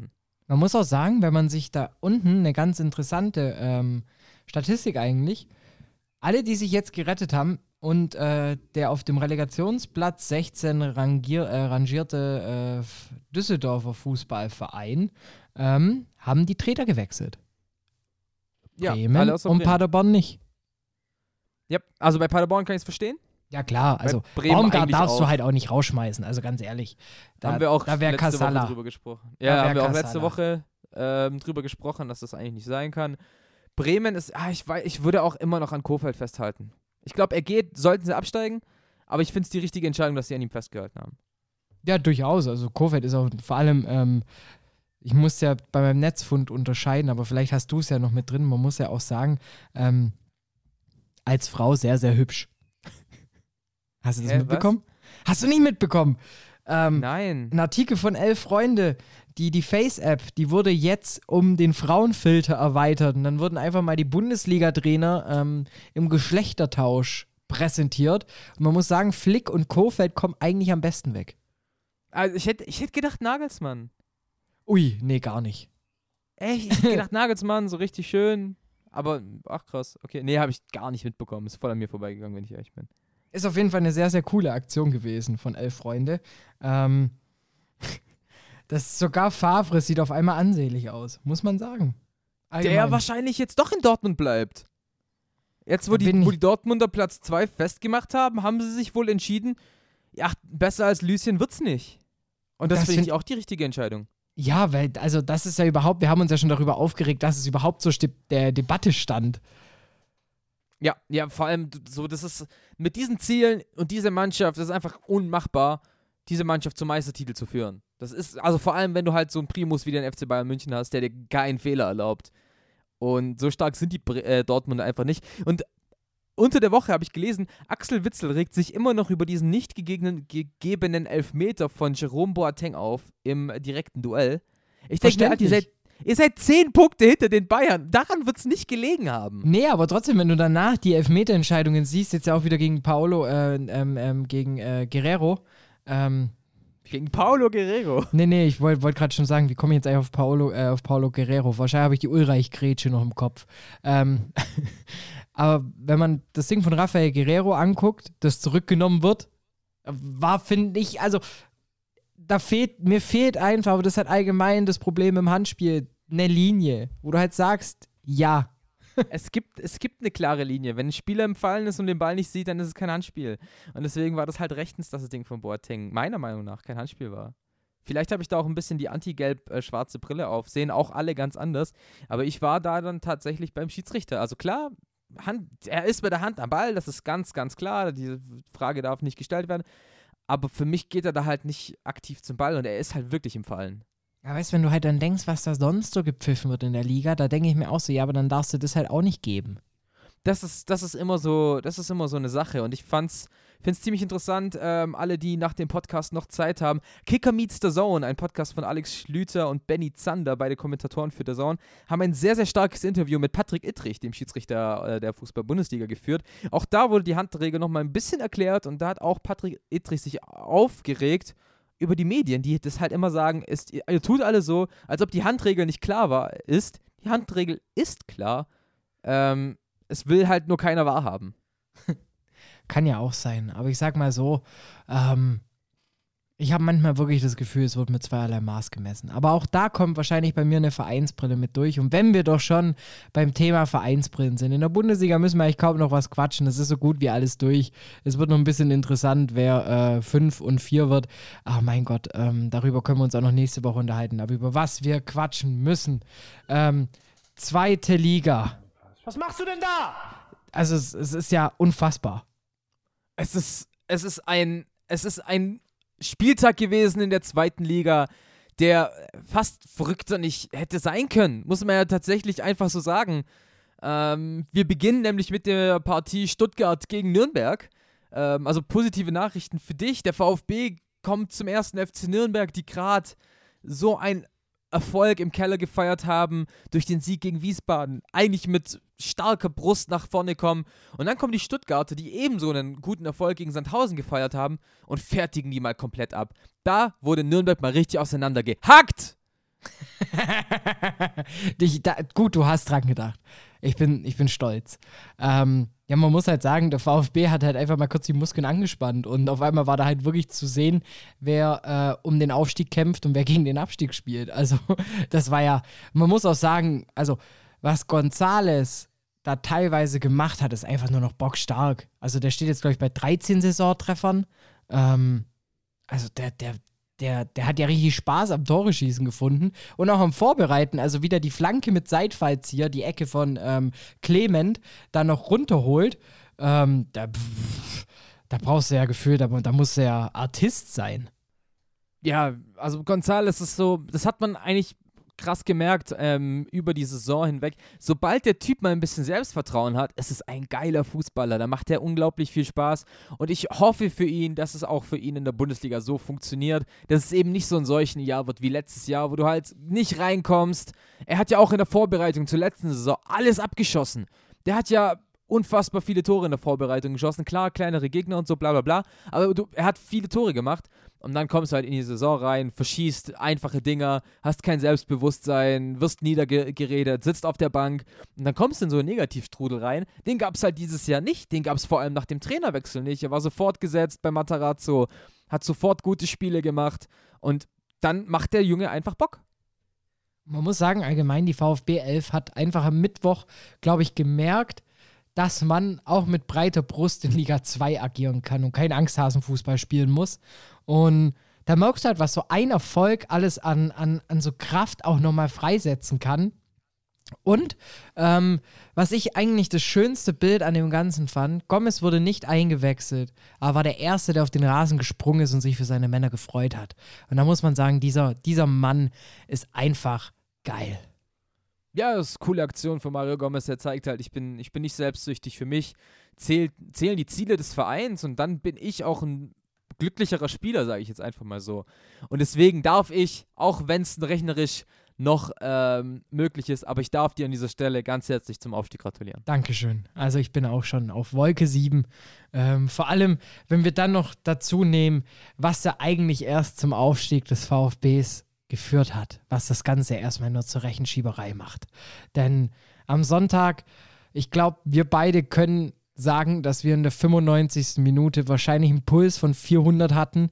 Man muss auch sagen, wenn man sich da unten eine ganz interessante Statistik eigentlich, alle, die sich jetzt gerettet haben und der auf dem Relegationsplatz 16 rangierte Düsseldorfer Fußballverein haben die Trainer gewechselt. Ja, Bremen alle außer und Bremen. Paderborn nicht. Ja, also bei Paderborn kann ich es verstehen. Ja klar, also Bremen Baumgart eigentlich darfst du auch. halt auch nicht rausschmeißen, also ganz ehrlich. Da Haben wir auch da wäre letzte Woche Casala. drüber gesprochen. Da Ja, wär haben wir auch Casala. letzte Woche drüber gesprochen, dass das eigentlich nicht sein kann. Bremen ist, ich würde auch immer noch an Kohfeldt festhalten. Ich glaube, er geht, sollten sie absteigen, aber ich finde es die richtige Entscheidung, dass sie an ihm festgehalten haben. Ja, durchaus. Also Kohfeldt ist auch vor allem, ich muss ja bei meinem Netzfund unterscheiden, aber vielleicht hast du es ja noch mit drin. Man muss ja auch sagen, als Frau sehr, sehr hübsch. Hast du das mitbekommen? Hast du nicht mitbekommen? Nein. Ein Artikel von 11 Freunde, die Face-App, die wurde jetzt um den Frauenfilter erweitert und dann wurden einfach mal die Bundesliga-Trainer im Geschlechtertausch präsentiert. Und man muss sagen, Flick und Kohfeldt kommen eigentlich am besten weg. Also ich hätte gedacht Nagelsmann. Ui, nee, gar nicht. Echt? Ich hätte gedacht Nagelsmann, so richtig schön. Aber, ach krass, okay. Nee, habe ich gar nicht mitbekommen. Ist voll an mir vorbeigegangen, wenn ich ehrlich bin. Ist auf jeden Fall eine sehr, sehr coole Aktion gewesen von 11 Freunde. Das sogar Favre sieht auf einmal ansehlich aus, muss man sagen. Der wahrscheinlich jetzt doch in Dortmund bleibt. Jetzt, wo die Dortmunder Platz 2 festgemacht haben, haben sie sich wohl entschieden, ja, besser als Lucien wird's nicht. Und das finde ich auch die richtige Entscheidung. Ja, weil, also das ist ja überhaupt, wir haben uns ja schon darüber aufgeregt, dass es überhaupt so der Debatte stand. Ja, vor allem so, das ist mit diesen Zielen und dieser Mannschaft, das ist einfach unmachbar, diese Mannschaft zum Meistertitel zu führen. Das ist, also vor allem, wenn du halt so einen Primus wie den FC Bayern München hast, der dir keinen Fehler erlaubt. Und so stark sind die Dortmunder einfach nicht. Und unter der Woche habe ich gelesen, Axel Witsel regt sich immer noch über diesen nicht gegebenen Elfmeter von Jerome Boateng auf im direkten Duell. Ich denke mir, ihr seid 10 Punkte hinter den Bayern. Daran wird es nicht gelegen haben. Nee, aber trotzdem, wenn du danach die Elfmeterentscheidungen siehst, jetzt ja auch wieder gegen gegen Guerrero. Gegen Paulo Guerrero? Nee, ich wollte gerade schon sagen, wie komme ich jetzt eigentlich auf Paulo Guerrero? Wahrscheinlich habe ich die Ulreich-Grätsche noch im Kopf. Aber wenn man das Ding von Rafael Guerrero anguckt, das zurückgenommen wird, war, finde ich, also mir fehlt einfach, aber das ist halt allgemein das Problem im Handspiel, eine Linie, wo du halt sagst, ja. Es gibt eine klare Linie. Wenn ein Spieler im Fallen ist und den Ball nicht sieht, dann ist es kein Handspiel. Und deswegen war das halt rechtens, dass das Ding von Boateng meiner Meinung nach kein Handspiel war. Vielleicht habe ich da auch ein bisschen die anti-gelb-schwarze Brille auf, sehen auch alle ganz anders. Aber ich war da dann tatsächlich beim Schiedsrichter. Also klar, er ist mit der Hand am Ball, das ist ganz, ganz klar. Diese Frage darf nicht gestellt werden. Aber für mich geht er da halt nicht aktiv zum Ball und er ist halt wirklich im Fallen. Ja, weißt du, wenn du halt dann denkst, was da sonst so gepfiffen wird in der Liga, da denke ich mir auch so, ja, aber dann darfst du das halt auch nicht geben. Das ist immer so eine Sache und ich finde es ziemlich interessant, alle, die nach dem Podcast noch Zeit haben. Kicker Meets the Zone, ein Podcast von Alex Schlüter und Benny Zander, beide Kommentatoren für The Zone, haben ein sehr, sehr starkes Interview mit Patrick Ittrich, dem Schiedsrichter der Fußball-Bundesliga, geführt. Auch da wurde die Handregel nochmal ein bisschen erklärt und da hat auch Patrick Ittrich sich aufgeregt über die Medien, die das halt immer sagen, ihr tut alle so, als ob die Handregel nicht klar ist. Die Handregel ist klar. Es will halt nur keiner wahrhaben. Kann ja auch sein, aber ich sag mal so, ich habe manchmal wirklich das Gefühl, es wird mit zweierlei Maß gemessen. Aber auch da kommt wahrscheinlich bei mir eine Vereinsbrille mit durch. Und wenn wir doch schon beim Thema Vereinsbrillen sind, in der Bundesliga müssen wir eigentlich kaum noch was quatschen. Das ist so gut wie alles durch. Es wird noch ein bisschen interessant, wer 5 und 4 wird. Ach mein Gott, darüber können wir uns auch noch nächste Woche unterhalten. Aber über was wir quatschen müssen. Zweite Liga. Was machst du denn da? Also es ist ja unfassbar. Es ist ein Spieltag gewesen in der zweiten Liga, der fast verrückter nicht hätte sein können. Muss man ja tatsächlich einfach so sagen. Wir beginnen nämlich mit der Partie Stuttgart gegen Nürnberg. Also positive Nachrichten für dich. Der VfB kommt zum ersten FC Nürnberg, die gerade so ein Erfolg im Keller gefeiert haben, durch den Sieg gegen Wiesbaden, eigentlich mit starker Brust nach vorne kommen. Und dann kommen die Stuttgarter, die ebenso einen guten Erfolg gegen Sandhausen gefeiert haben und fertigen die mal komplett ab. Da wurde Nürnberg mal richtig auseinandergehackt. Gut, du hast dran gedacht. Ich bin stolz. Ja, man muss halt sagen, der VfB hat halt einfach mal kurz die Muskeln angespannt und auf einmal war da halt wirklich zu sehen, wer um den Aufstieg kämpft und wer gegen den Abstieg spielt. Also das war ja, man muss auch sagen, also was González da teilweise gemacht hat, ist einfach nur noch bockstark. Also der steht jetzt, glaube ich, bei 13 Saisontreffern. Also der hat ja richtig Spaß am Tore-Schießen gefunden und auch am Vorbereiten, also wieder die Flanke mit Seitfallzieher, die Ecke von Clement, dann noch runterholt. Da brauchst du ja gefühlt, aber da muss ja Artist sein. Ja, also González ist so, das hat man eigentlich krass gemerkt über die Saison hinweg. Sobald der Typ mal ein bisschen Selbstvertrauen hat, ist es ein geiler Fußballer. Da macht er unglaublich viel Spaß und ich hoffe für ihn, dass es auch für ihn in der Bundesliga so funktioniert, dass es eben nicht so ein solchen Jahr wird wie letztes Jahr, wo du halt nicht reinkommst. Er hat ja auch in der Vorbereitung zur letzten Saison alles abgeschossen. Der hat ja unfassbar viele Tore in der Vorbereitung geschossen. Klar, kleinere Gegner und so, bla bla bla, aber er hat viele Tore gemacht. Und dann kommst du halt in die Saison rein, verschießt einfache Dinger, hast kein Selbstbewusstsein, wirst niedergeredet, sitzt auf der Bank und dann kommst du in so einen Negativstrudel rein. Den gab es halt dieses Jahr nicht, den gab es vor allem nach dem Trainerwechsel nicht. Er war sofort gesetzt bei Matarazzo, hat sofort gute Spiele gemacht und dann macht der Junge einfach Bock. Man muss sagen, allgemein die VfB 11 hat einfach am Mittwoch, glaube ich, gemerkt, dass man auch mit breiter Brust in Liga 2 agieren kann und kein Angsthasenfußball spielen muss. Und da merkst du halt, was so ein Erfolg alles an so Kraft auch nochmal freisetzen kann. Und was ich eigentlich das schönste Bild an dem Ganzen fand, Gomez wurde nicht eingewechselt, aber war der Erste, der auf den Rasen gesprungen ist und sich für seine Männer gefreut hat. Und da muss man sagen, dieser Mann ist einfach geil. Ja, das ist eine coole Aktion von Mario Gomez. Er zeigt halt, ich bin nicht selbstsüchtig. Für mich zählen die Ziele des Vereins und dann bin ich auch ein glücklicherer Spieler, sage ich jetzt einfach mal so. Und deswegen darf ich, auch wenn es rechnerisch noch möglich ist, aber ich darf dir an dieser Stelle ganz herzlich zum Aufstieg gratulieren. Dankeschön. Also ich bin auch schon auf Wolke 7. Vor allem, wenn wir dann noch dazu nehmen, was ja eigentlich erst zum Aufstieg des VfBs geführt hat, was das Ganze erstmal nur zur Rechenschieberei macht. Denn am Sonntag, ich glaube, wir beide können sagen, dass wir in der 95. Minute wahrscheinlich einen Puls von 400 hatten.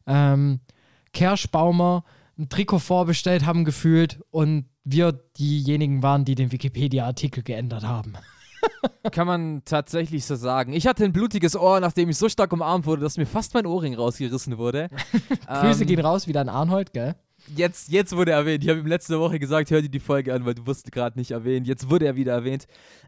Kerschbaumer ein Trikot vorbestellt haben gefühlt und wir diejenigen waren, die den Wikipedia-Artikel geändert haben. Kann man tatsächlich so sagen. Ich hatte ein blutiges Ohr, nachdem ich so stark umarmt wurde, dass mir fast mein Ohrring rausgerissen wurde. Grüße gehen raus wieder an Arnold, gell? Jetzt wurde er erwähnt. Ich habe ihm letzte Woche gesagt, hör dir die Folge an, weil du wirst gerade nicht erwähnt. Jetzt wurde er wieder erwähnt.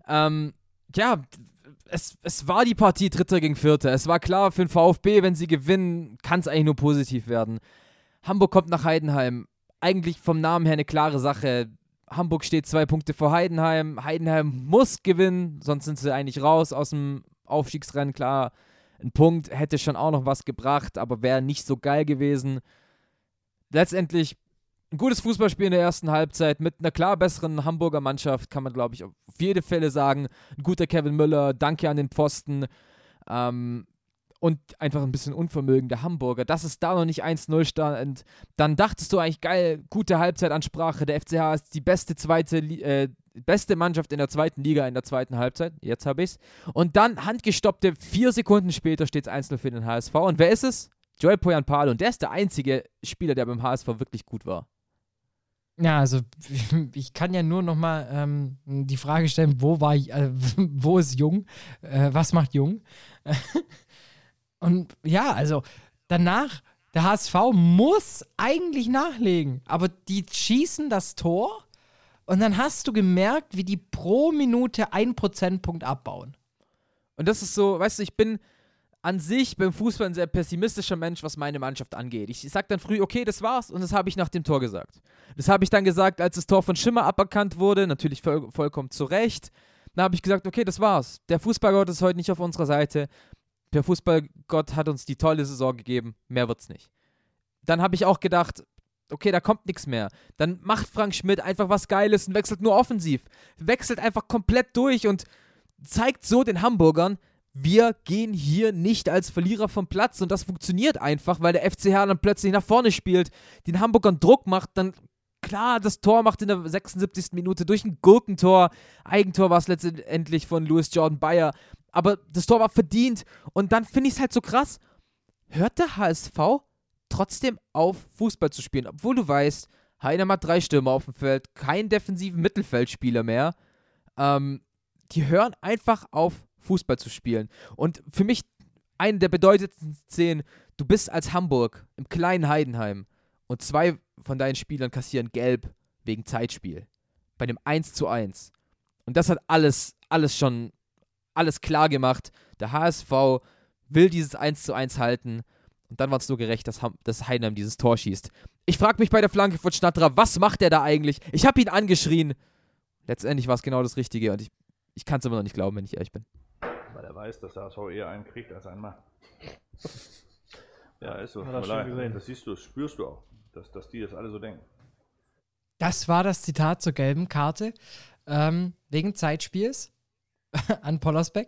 Ja, es war die Partie Dritter gegen Vierter. Es war klar, für den VfB, wenn sie gewinnen, kann es eigentlich nur positiv werden. Hamburg kommt nach Heidenheim. Eigentlich vom Namen her eine klare Sache. Hamburg steht 2 Punkte vor Heidenheim. Heidenheim muss gewinnen, sonst sind sie eigentlich raus aus dem Aufstiegsrennen. Klar, ein Punkt hätte schon auch noch was gebracht, aber wäre nicht so geil gewesen. Letztendlich ein gutes Fußballspiel in der ersten Halbzeit mit einer klar besseren Hamburger Mannschaft, kann man, glaube ich, auf jede Fälle sagen. Ein guter Kevin Müller, danke an den Pfosten. Und einfach ein bisschen Unvermögen der Hamburger. Dass es da noch nicht 1-0 stand, dann dachtest du eigentlich, geil, gute Halbzeitansprache. Der FCH ist die beste Mannschaft in der zweiten Liga in der zweiten Halbzeit. Jetzt habe ich's. Und dann handgestoppte 4 Sekunden später steht es 1-0 für den HSV. Und wer ist es? Joel Poyanpalo. Und der ist der einzige Spieler, der beim HSV wirklich gut war. Ja, also ich kann ja nur nochmal die Frage stellen, wo ist Jung? Was macht Jung? Und ja, also danach, der HSV muss eigentlich nachlegen, aber die schießen das Tor und dann hast du gemerkt, wie die pro Minute 1 Prozentpunkt abbauen. Und das ist so, weißt du, ich bin an sich beim Fußball ein sehr pessimistischer Mensch, was meine Mannschaft angeht. Ich sag dann früh, okay, das war's, und das habe ich nach dem Tor gesagt. Das habe ich dann gesagt, als das Tor von Schimmer aberkannt wurde, natürlich vollkommen zu Recht. Dann habe ich gesagt, okay, das war's. Der Fußballgott ist heute nicht auf unserer Seite. Der Fußballgott hat uns die tolle Saison gegeben, mehr wird's nicht. Dann habe ich auch gedacht, okay, da kommt nichts mehr. Dann macht Frank Schmidt einfach was Geiles und wechselt nur offensiv. Wechselt einfach komplett durch und zeigt so den Hamburgern, wir gehen hier nicht als Verlierer vom Platz, und das funktioniert einfach, weil der FCH dann plötzlich nach vorne spielt, den Hamburgern Druck macht, dann klar, das Tor macht in der 76. Minute durch ein Gurkentor. Eigentor war es letztendlich von Louis Jordan Bayer. Aber das Tor war verdient. Und dann finde ich es halt so krass. Hört der HSV trotzdem auf, Fußball zu spielen? Obwohl du weißt, Heidenheim hat 3 Stürmer auf dem Feld, keinen defensiven Mittelfeldspieler mehr. Die hören einfach auf, Fußball zu spielen. Und für mich eine der bedeutendsten Szenen, du bist als Hamburg im kleinen Heidenheim und 2 von deinen Spielern kassieren gelb wegen Zeitspiel. Bei dem 1:1. Und das hat alles klar gemacht. Der HSV will dieses 1:1 halten. Und dann war es nur gerecht, dass Heidenheim dieses Tor schießt. Ich frage mich bei der Flanke von Schnatterer, was macht der da eigentlich? Ich habe ihn angeschrien. Letztendlich war es genau das Richtige. Und ich kann es immer noch nicht glauben, wenn ich ehrlich bin. Weil er weiß, dass der HSV eher einen kriegt als einmal. Ja, ist so. Das siehst du, das spürst du auch, dass die das alle so denken. Das war das Zitat zur gelben Karte. Wegen Zeitspiels an Pollersbeck.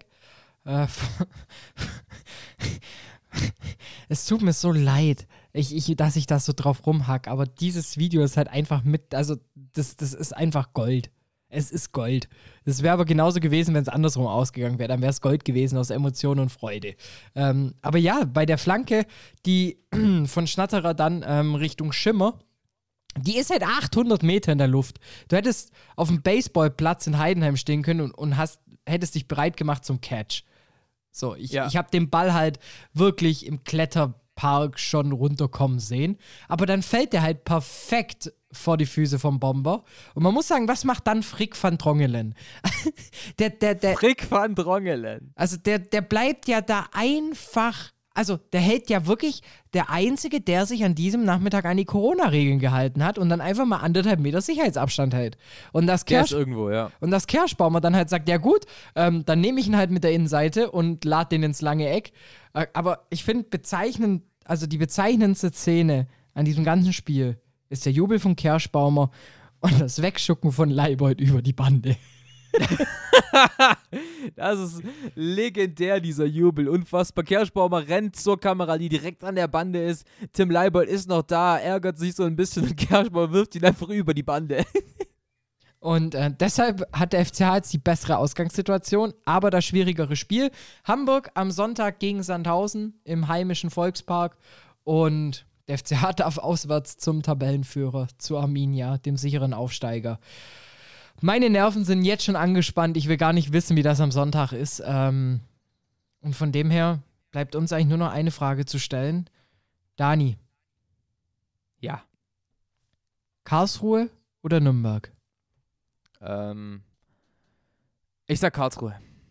Es tut mir so leid, dass ich da so drauf rumhack, aber dieses Video ist halt einfach das ist einfach Gold. Es ist Gold. Das wäre aber genauso gewesen, wenn es andersrum ausgegangen wäre. Dann wäre es Gold gewesen aus Emotion und Freude. Aber ja, bei der Flanke, die von Schnatterer dann Richtung Schimmer, die ist halt 800 Meter in der Luft. Du hättest auf dem Baseballplatz in Heidenheim stehen können und hättest dich bereit gemacht zum Catch. So, ich habe den Ball halt wirklich im Kletterpark schon runterkommen sehen. Aber dann fällt der halt perfekt vor die Füße vom Bomber. Und man muss sagen, was macht dann Frick van Drongelen? Frick van Drongelen. Also der bleibt ja da einfach, also der hält ja wirklich der Einzige, der sich an diesem Nachmittag an die Corona-Regeln gehalten hat und dann einfach mal 1,5 Meter Sicherheitsabstand hält. Und das Kerschbaumer dann halt sagt, ja gut, dann nehme ich ihn halt mit der Innenseite und lade den ins lange Eck. Aber ich finde die bezeichnendste Szene an diesem ganzen Spiel ist der Jubel von Kerschbaumer und das Wegschucken von Leibold über die Bande. Das ist legendär, dieser Jubel. Unfassbar. Kerschbaumer rennt zur Kamera, die direkt an der Bande ist. Tim Leibold ist noch da, ärgert sich so ein bisschen und Kerschbaumer wirft ihn einfach über die Bande. Und deshalb hat der FCH jetzt die bessere Ausgangssituation, aber das schwierigere Spiel. Hamburg am Sonntag gegen Sandhausen im heimischen Volkspark und der FCH darf auswärts zum Tabellenführer, zu Arminia, dem sicheren Aufsteiger. Meine Nerven sind jetzt schon angespannt. Ich will gar nicht wissen, wie das am Sonntag ist. Und von dem her bleibt uns eigentlich nur noch eine Frage zu stellen. Dani. Ja. Karlsruhe oder Nürnberg? Ich sag Karlsruhe.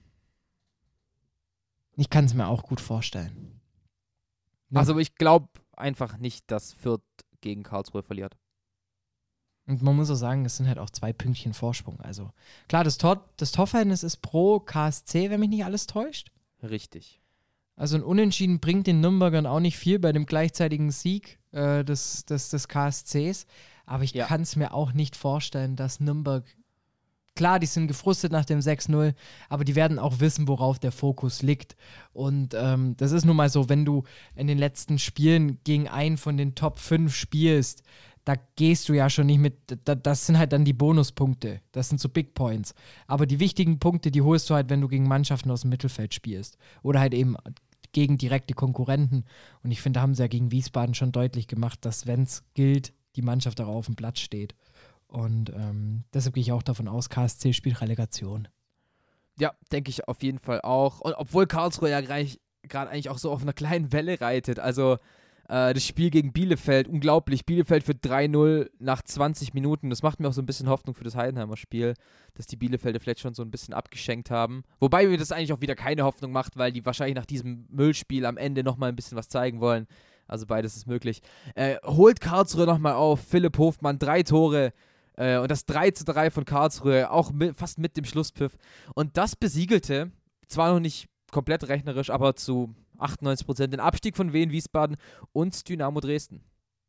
Ich kann es mir auch gut vorstellen. Also ich glaube einfach nicht, dass Fürth gegen Karlsruhe verliert. Und man muss auch sagen, es sind halt auch 2 Pünktchen Vorsprung. Also klar, das Torverhältnis ist pro KSC, wenn mich nicht alles täuscht. Richtig. Also ein Unentschieden bringt den Nürnbergern auch nicht viel bei dem gleichzeitigen Sieg des KSCs. Aber ich kann es mir auch nicht vorstellen, dass Nürnberg, klar, die sind gefrustet nach dem 6-0, aber die werden auch wissen, worauf der Fokus liegt. Und das ist nun mal so, wenn du in den letzten Spielen gegen einen von den Top 5 spielst, da gehst du ja schon nicht mit, das sind halt dann die Bonuspunkte, das sind so Big Points. Aber die wichtigen Punkte, die holst du halt, wenn du gegen Mannschaften aus dem Mittelfeld spielst. Oder halt eben gegen direkte Konkurrenten. Und ich finde, da haben sie ja gegen Wiesbaden schon deutlich gemacht, dass, wenn es gilt, die Mannschaft auch auf dem Platz steht. Und deshalb gehe ich auch davon aus, KSC spielt Relegation. Ja, denke ich auf jeden Fall auch. Und obwohl Karlsruhe ja gerade eigentlich auch so auf einer kleinen Welle reitet. Also das Spiel gegen Bielefeld, unglaublich. Bielefeld für 3-0 nach 20 Minuten. Das macht mir auch so ein bisschen Hoffnung für das Heidenheimer Spiel, dass die Bielefelder vielleicht schon so ein bisschen abgeschenkt haben. Wobei mir das eigentlich auch wieder keine Hoffnung macht, weil die wahrscheinlich nach diesem Müllspiel am Ende nochmal ein bisschen was zeigen wollen. Also beides ist möglich. Holt Karlsruhe nochmal auf. Philipp Hofmann, 3 Tore. Und das 3:3 von Karlsruhe, auch fast mit dem Schlusspfiff. Und das besiegelte, zwar noch nicht komplett rechnerisch, aber zu 98% den Abstieg von Wien Wiesbaden und Dynamo Dresden.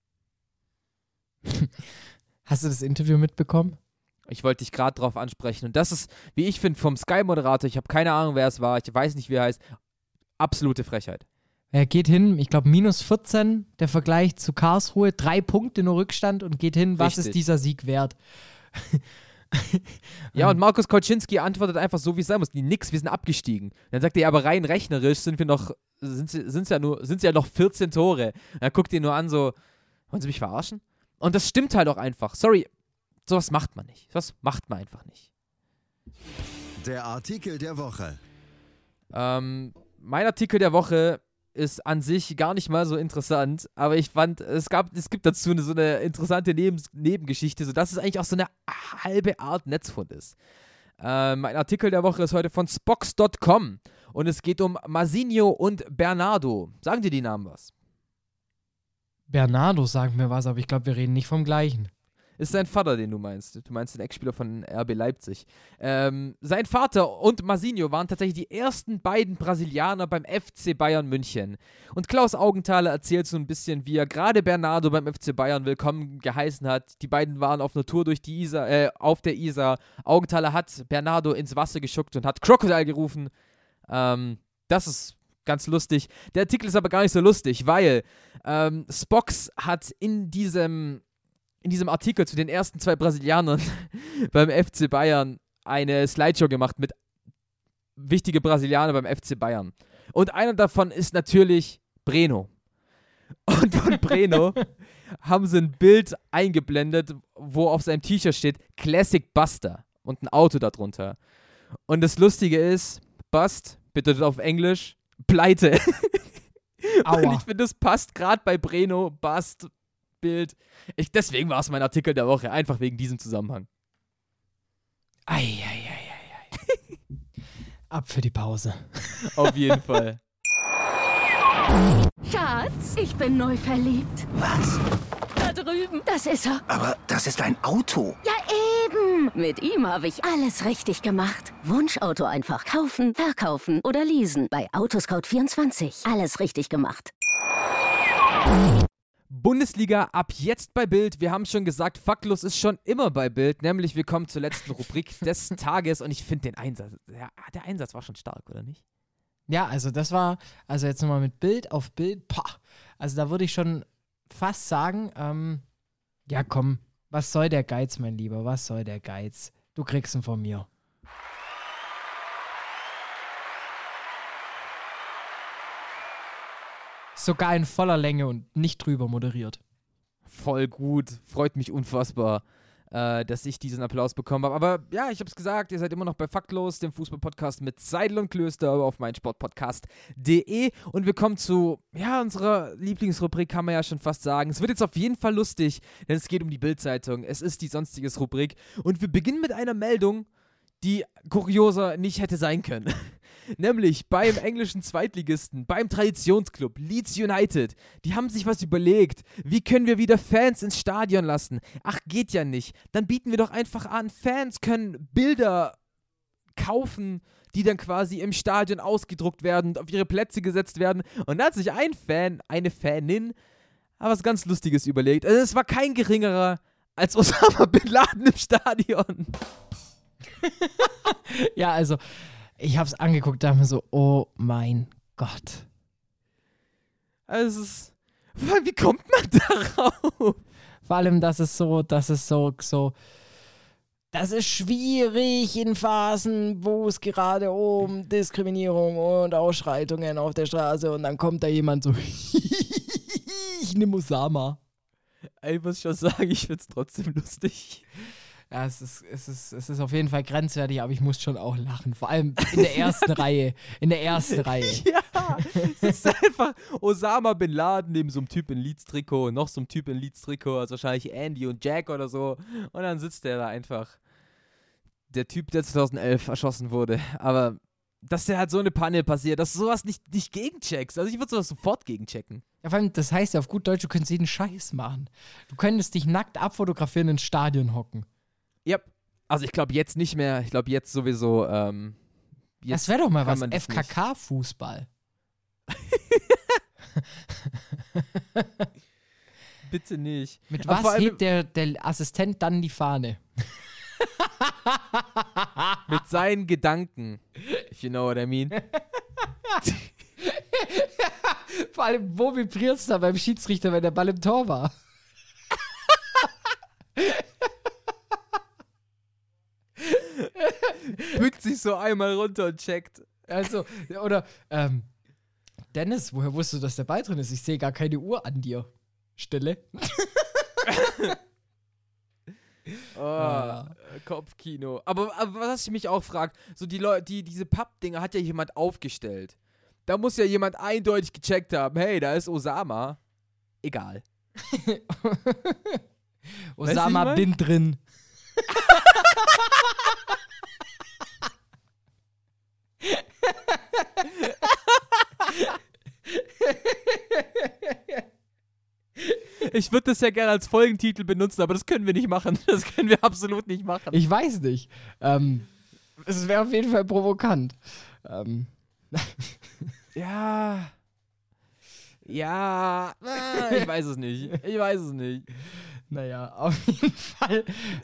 Hast du das Interview mitbekommen? Ich wollte dich gerade drauf ansprechen. Und das ist, wie ich finde, vom Sky-Moderator, ich habe keine Ahnung, wer es war, ich weiß nicht, wie er heißt, absolute Frechheit. Er geht hin, ich glaube, minus 14, der Vergleich zu Karlsruhe, 3 Punkte nur Rückstand und geht hin, was ist dieser Sieg wert? Ja, und Markus Kolczynski antwortet einfach so, wie es sein muss. Nix, wir sind abgestiegen. Dann sagt er, ja, aber rein rechnerisch sind es ja noch 14 Tore. Und er guckt ihn nur an, so, wollen Sie mich verarschen? Und das stimmt halt auch einfach. Sorry, sowas macht man nicht. Sowas macht man einfach nicht. Der Artikel der Woche. Mein Artikel der Woche ist an sich gar nicht mal so interessant, aber ich fand, es gibt dazu so eine interessante Nebengeschichte, sodass es eigentlich auch so eine halbe Art Netzfund ist. Mein Artikel der Woche ist heute von Spox.com und es geht um Masinho und Bernardo. Sagen dir die Namen was? Bernardo sagt mir was, aber ich glaube, wir reden nicht vom gleichen. Ist sein Vater, den du meinst. Du meinst den Ex-Spieler von RB Leipzig. Sein Vater und Masinho waren tatsächlich die ersten beiden Brasilianer beim FC Bayern München. Und Klaus Augenthaler erzählt so ein bisschen, wie er gerade Bernardo beim FC Bayern willkommen geheißen hat. Die beiden waren auf einer Tour durch die Isar, auf der Isar. Augenthaler hat Bernardo ins Wasser geschuckt und hat Crocodile gerufen. Das ist ganz lustig. Der Artikel ist aber gar nicht so lustig, weil Spox hat in diesem Artikel zu den ersten 2 Brasilianern beim FC Bayern eine Slideshow gemacht mit wichtige Brasilianer beim FC Bayern. Und einer davon ist natürlich Breno. Und von Breno haben sie ein Bild eingeblendet, wo auf seinem T-Shirt steht Classic Buster und ein Auto darunter. Und das Lustige ist, Bust bedeutet auf Englisch Pleite. Aua. Und ich finde, das passt gerade bei Breno, Bust, Bild. Deswegen war es mein Artikel der Woche, einfach wegen diesem Zusammenhang. Ab für die Pause. Auf jeden Fall. Schatz, ich bin neu verliebt. Was? Da drüben. Das ist er. Aber das ist ein Auto. Ja, eben. Mit ihm habe ich alles richtig gemacht. Wunschauto einfach kaufen, verkaufen oder leasen. Bei Autoscout24. Alles richtig gemacht. Bundesliga ab jetzt bei Bild. Wir haben schon gesagt, faktlos ist schon immer bei Bild. Nämlich, wir kommen zur letzten Rubrik des Tages. Und ich finde den Einsatz, der Einsatz war schon stark, oder nicht? Ja, also das war, also jetzt nochmal mit Bild auf Bild, also da würde ich schon fast sagen, ja komm, was soll der Geiz, mein Lieber, was soll der Geiz? Du kriegst ihn von mir. Sogar in voller Länge und nicht drüber moderiert. Voll gut, freut mich unfassbar, dass ich diesen Applaus bekommen habe. Aber ja, ich habe es gesagt, ihr seid immer noch bei Faktlos, dem Fußballpodcast mit Seidel und Klöster auf meinsportpodcast.de. Und wir kommen zu, ja, unserer Lieblingsrubrik, kann man ja schon fast sagen. Es wird jetzt auf jeden Fall lustig, denn es geht um die Bild-Zeitung. Es ist die Sonstiges-Rubrik. Und wir beginnen mit einer Meldung, die kurioser nicht hätte sein können. Nämlich beim englischen Zweitligisten, beim Traditionsclub Leeds United. Die haben sich was überlegt. Wie können wir wieder Fans ins Stadion lassen? Ach, geht ja nicht. Dann bieten wir doch einfach an, Fans können Bilder kaufen, die dann quasi im Stadion ausgedruckt werden und auf ihre Plätze gesetzt werden. Und da hat sich ein Fan, eine Fanin, was ganz Lustiges überlegt. Also es war kein geringerer als Osama Bin Laden im Stadion. Ja, also ich hab's angeguckt, da haben wir so, oh mein Gott. Also wie kommt man darauf? Vor allem, das ist schwierig in Phasen, wo es gerade um Diskriminierung und Ausschreitungen auf der Straße und dann kommt da jemand so, ich nehme Osama. Ich muss schon sagen, ich find's trotzdem lustig. Ja, es ist auf jeden Fall grenzwertig, aber ich muss schon auch lachen. Vor allem in der ersten Reihe. In der ersten Reihe. Ja, es ist einfach Osama Bin Laden neben so einem Typ in Leeds-Trikot, noch so einem Typ in Leeds-Trikot, also wahrscheinlich Andy und Jack oder so. Und dann sitzt der da einfach. Der Typ, der 2011 erschossen wurde. Aber dass der halt so eine Panne passiert, dass du sowas nicht gegencheckst. Also ich würde sowas sofort gegenchecken. Ja, vor allem, das heißt ja auf gut Deutsch, du könntest jeden Scheiß machen. Du könntest dich nackt abfotografieren ins Stadion hocken. Ja, also ich glaube jetzt nicht mehr. Ich glaube jetzt sowieso. Das wäre doch mal was. FKK-Fußball. Bitte nicht. Mit was hebt der Assistent dann die Fahne? Mit seinen Gedanken. If you know what I mean. Vor allem, wo vibriert es da beim Schiedsrichter, wenn der Ball im Tor war? Bückt sich so einmal runter und checkt. Also, oder, Dennis, woher wusstest du, dass der Ball drin ist? Ich sehe gar keine Uhr an dir. Stille. Kopfkino. Aber was ich mich auch frage, so diese Pappdinger hat ja jemand aufgestellt. Da muss ja jemand eindeutig gecheckt haben, hey, da ist Osama. Egal. Osama bin drin. Ich würde das ja gerne als Folgentitel benutzen, aber das können wir nicht machen. Das können wir absolut nicht machen. Ich weiß nicht. Es wäre auf jeden Fall provokant. Ja, ich weiß es nicht. Naja, auf jeden Fall.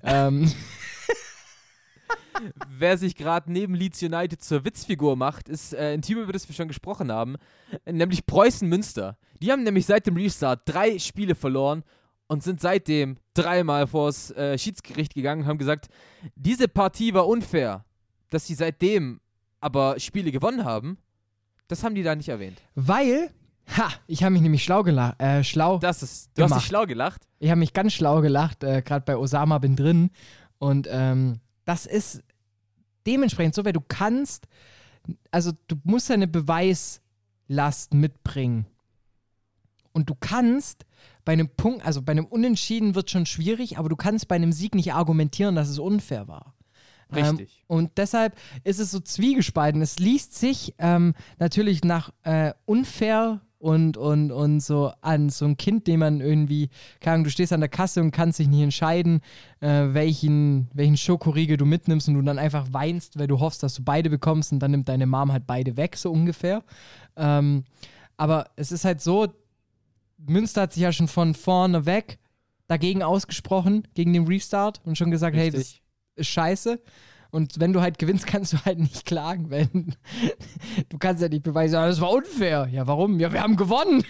Wer sich gerade neben Leeds United zur Witzfigur macht, ist ein Team, über das wir schon gesprochen haben, nämlich Preußen Münster. Die haben nämlich seit dem Restart 3 Spiele verloren und sind seitdem 3-mal vors Schiedsgericht gegangen und haben gesagt, diese Partie war unfair. Dass sie seitdem aber Spiele gewonnen haben, das haben die da nicht erwähnt. Weil, ich habe mich nämlich schlau gelacht. Du hast dich schlau gelacht? Ich habe mich ganz schlau gelacht, gerade bei Osama bin drin. Und das ist dementsprechend so, weil du kannst, also du musst eine Beweislast mitbringen. Und du kannst bei einem Punkt, also bei einem Unentschieden wird schon schwierig, aber du kannst bei einem Sieg nicht argumentieren, dass es unfair war. Richtig. Und deshalb ist es so zwiegespalten. Es liest sich natürlich nach unfair und so an. So ein Kind, dem man irgendwie, keine Ahnung, du stehst an der Kasse und kannst dich nicht entscheiden, welchen Schokoriegel du mitnimmst und du dann einfach weinst, weil du hoffst, dass du beide bekommst und dann nimmt deine Mom halt beide weg, so ungefähr. Aber es ist halt so, Münster hat sich ja schon von vorne weg dagegen ausgesprochen, gegen den Restart und schon gesagt, Richtig. Hey, das ist scheiße. Und wenn du halt gewinnst, kannst du halt nicht klagen, wenn du kannst ja nicht beweisen, das war unfair. Ja, warum? Ja, wir haben gewonnen.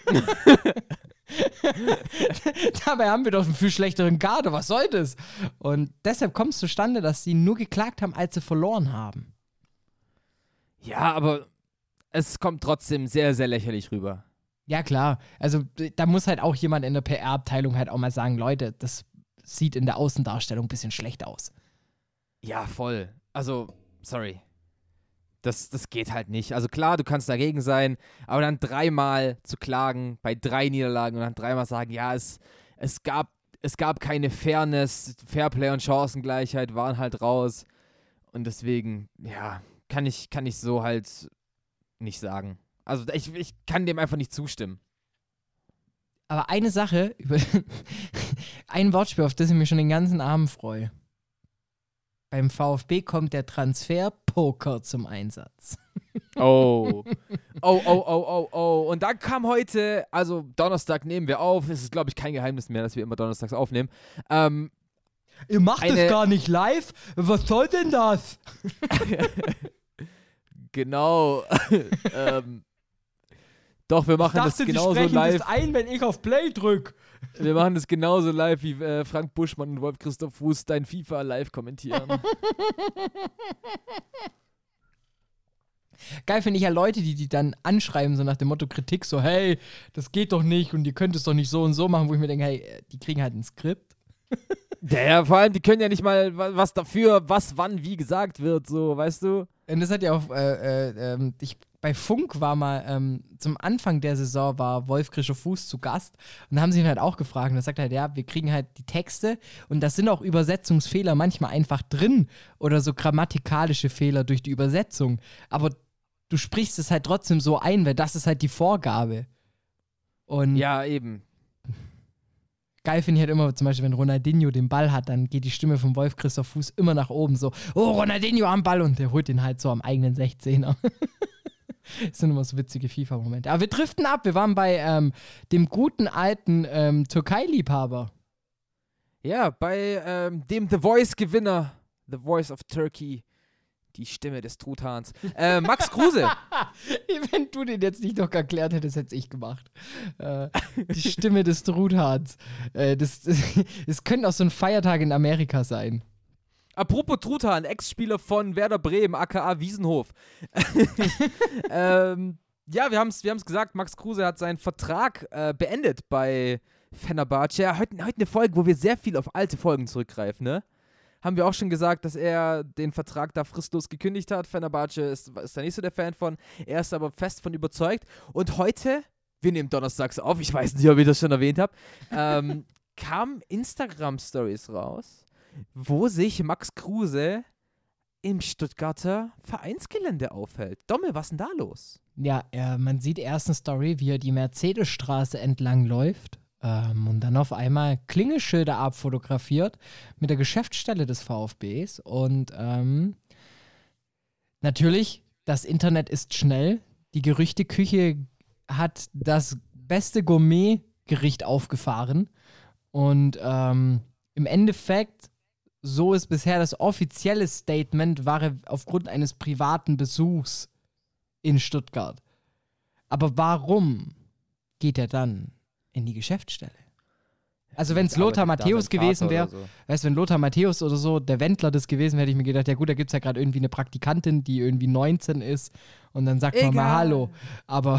Dabei haben wir doch einen viel schlechteren Kader, was soll das? Und deshalb kommt es zustande, dass sie nur geklagt haben, als sie verloren haben. Ja, aber es kommt trotzdem sehr, sehr lächerlich rüber. Ja, klar. Also da muss halt auch jemand in der PR-Abteilung halt auch mal sagen, Leute, das sieht in der Außendarstellung ein bisschen schlecht aus. Ja, voll. Also, sorry. Das geht halt nicht. Also klar, du kannst dagegen sein, aber dann 3-mal zu klagen bei 3 Niederlagen und dann 3-mal sagen, ja, es gab keine Fairness, Fairplay und Chancengleichheit waren halt raus. Und deswegen, ja, kann ich so halt nicht sagen. Also ich kann dem einfach nicht zustimmen. Aber eine Sache, ein Wortspiel, auf das ich mich schon den ganzen Abend freue. Beim VfB kommt der Transfer-Poker zum Einsatz. Oh. Und dann kam heute, also Donnerstag nehmen wir auf, es ist, glaube ich, kein Geheimnis mehr, dass wir immer donnerstags aufnehmen. Ihr macht es gar nicht live? Was soll denn das? Genau. Doch, wir machen das genauso live. Ich dachte, die sprechen das ein, wenn ich auf Play drücke. Wir machen das genauso live, wie Frank Buschmann und Wolf-Christoph Fuß dein FIFA live kommentieren. Geil finde ich ja Leute, die dann anschreiben, so nach dem Motto Kritik, so hey, das geht doch nicht und ihr könnt es doch nicht so und so machen, wo ich mir denke, hey, die kriegen halt ein Skript. Ja, vor allem, die können ja nicht mal was dafür, was wann wie gesagt wird, so, weißt du? Und das hat ja auch, bei Funk war mal, zum Anfang der Saison war Wolf-Christoph Fuß zu Gast und da haben sie ihn halt auch gefragt und er sagt halt, ja, wir kriegen halt die Texte und das sind auch Übersetzungsfehler manchmal einfach drin oder so grammatikalische Fehler durch die Übersetzung, aber du sprichst es halt trotzdem so ein, weil das ist halt die Vorgabe. Und ja, eben. Geil finde ich halt immer, zum Beispiel, wenn Ronaldinho den Ball hat, dann geht die Stimme von Wolf-Christoph Fuß immer nach oben so, oh, Ronaldinho am Ball und der holt den halt so am eigenen 16er. Das sind immer so witzige FIFA-Momente. Aber wir driften ab. Wir waren bei dem guten alten Türkei-Liebhaber. Ja, bei dem The Voice-Gewinner, The Voice of Turkey, Die Stimme des Truthahns. Max Kruse. Wenn du den jetzt nicht noch erklärt hättest, hätte ich gemacht. Die Stimme des Truthahns. Das könnte auch so ein Feiertag in Amerika sein. Apropos Truthahn, Ex-Spieler von Werder Bremen, aka Wiesenhof. Ja, wir haben's gesagt, Max Kruse hat seinen Vertrag beendet bei Fenerbahce. Ja, heute eine Folge, wo wir sehr viel auf alte Folgen zurückgreifen, ne? Haben wir auch schon gesagt, dass er den Vertrag da fristlos gekündigt hat. Fenerbahce ist da nicht so der Fan von. Er ist aber fest von überzeugt. Und heute, wir nehmen donnerstags auf, ich weiß nicht, ob ich das schon erwähnt habe, kamen Instagram-Stories raus, wo sich Max Kruse im Stuttgarter Vereinsgelände aufhält. Dommel, was ist denn da los? Ja, man sieht erst eine Story, wie er die Mercedesstraße entlang läuft. Und dann auf einmal Klingelschilder abfotografiert mit der Geschäftsstelle des VfBs. Und natürlich, das Internet ist schnell. Die Gerüchteküche hat das beste Gourmet-Gericht aufgefahren. Und im Endeffekt, so ist bisher das offizielle Statement, war er aufgrund eines privaten Besuchs in Stuttgart. Aber warum geht er dann in die Geschäftsstelle? Also wenn es Lothar Matthäus gewesen wäre, so. Weißt du, wenn Lothar Matthäus oder so der Wendler das gewesen wäre, hätte ich mir gedacht, ja gut, da gibt es ja gerade irgendwie eine Praktikantin, die irgendwie 19 ist und dann sagt man mal Hallo. Aber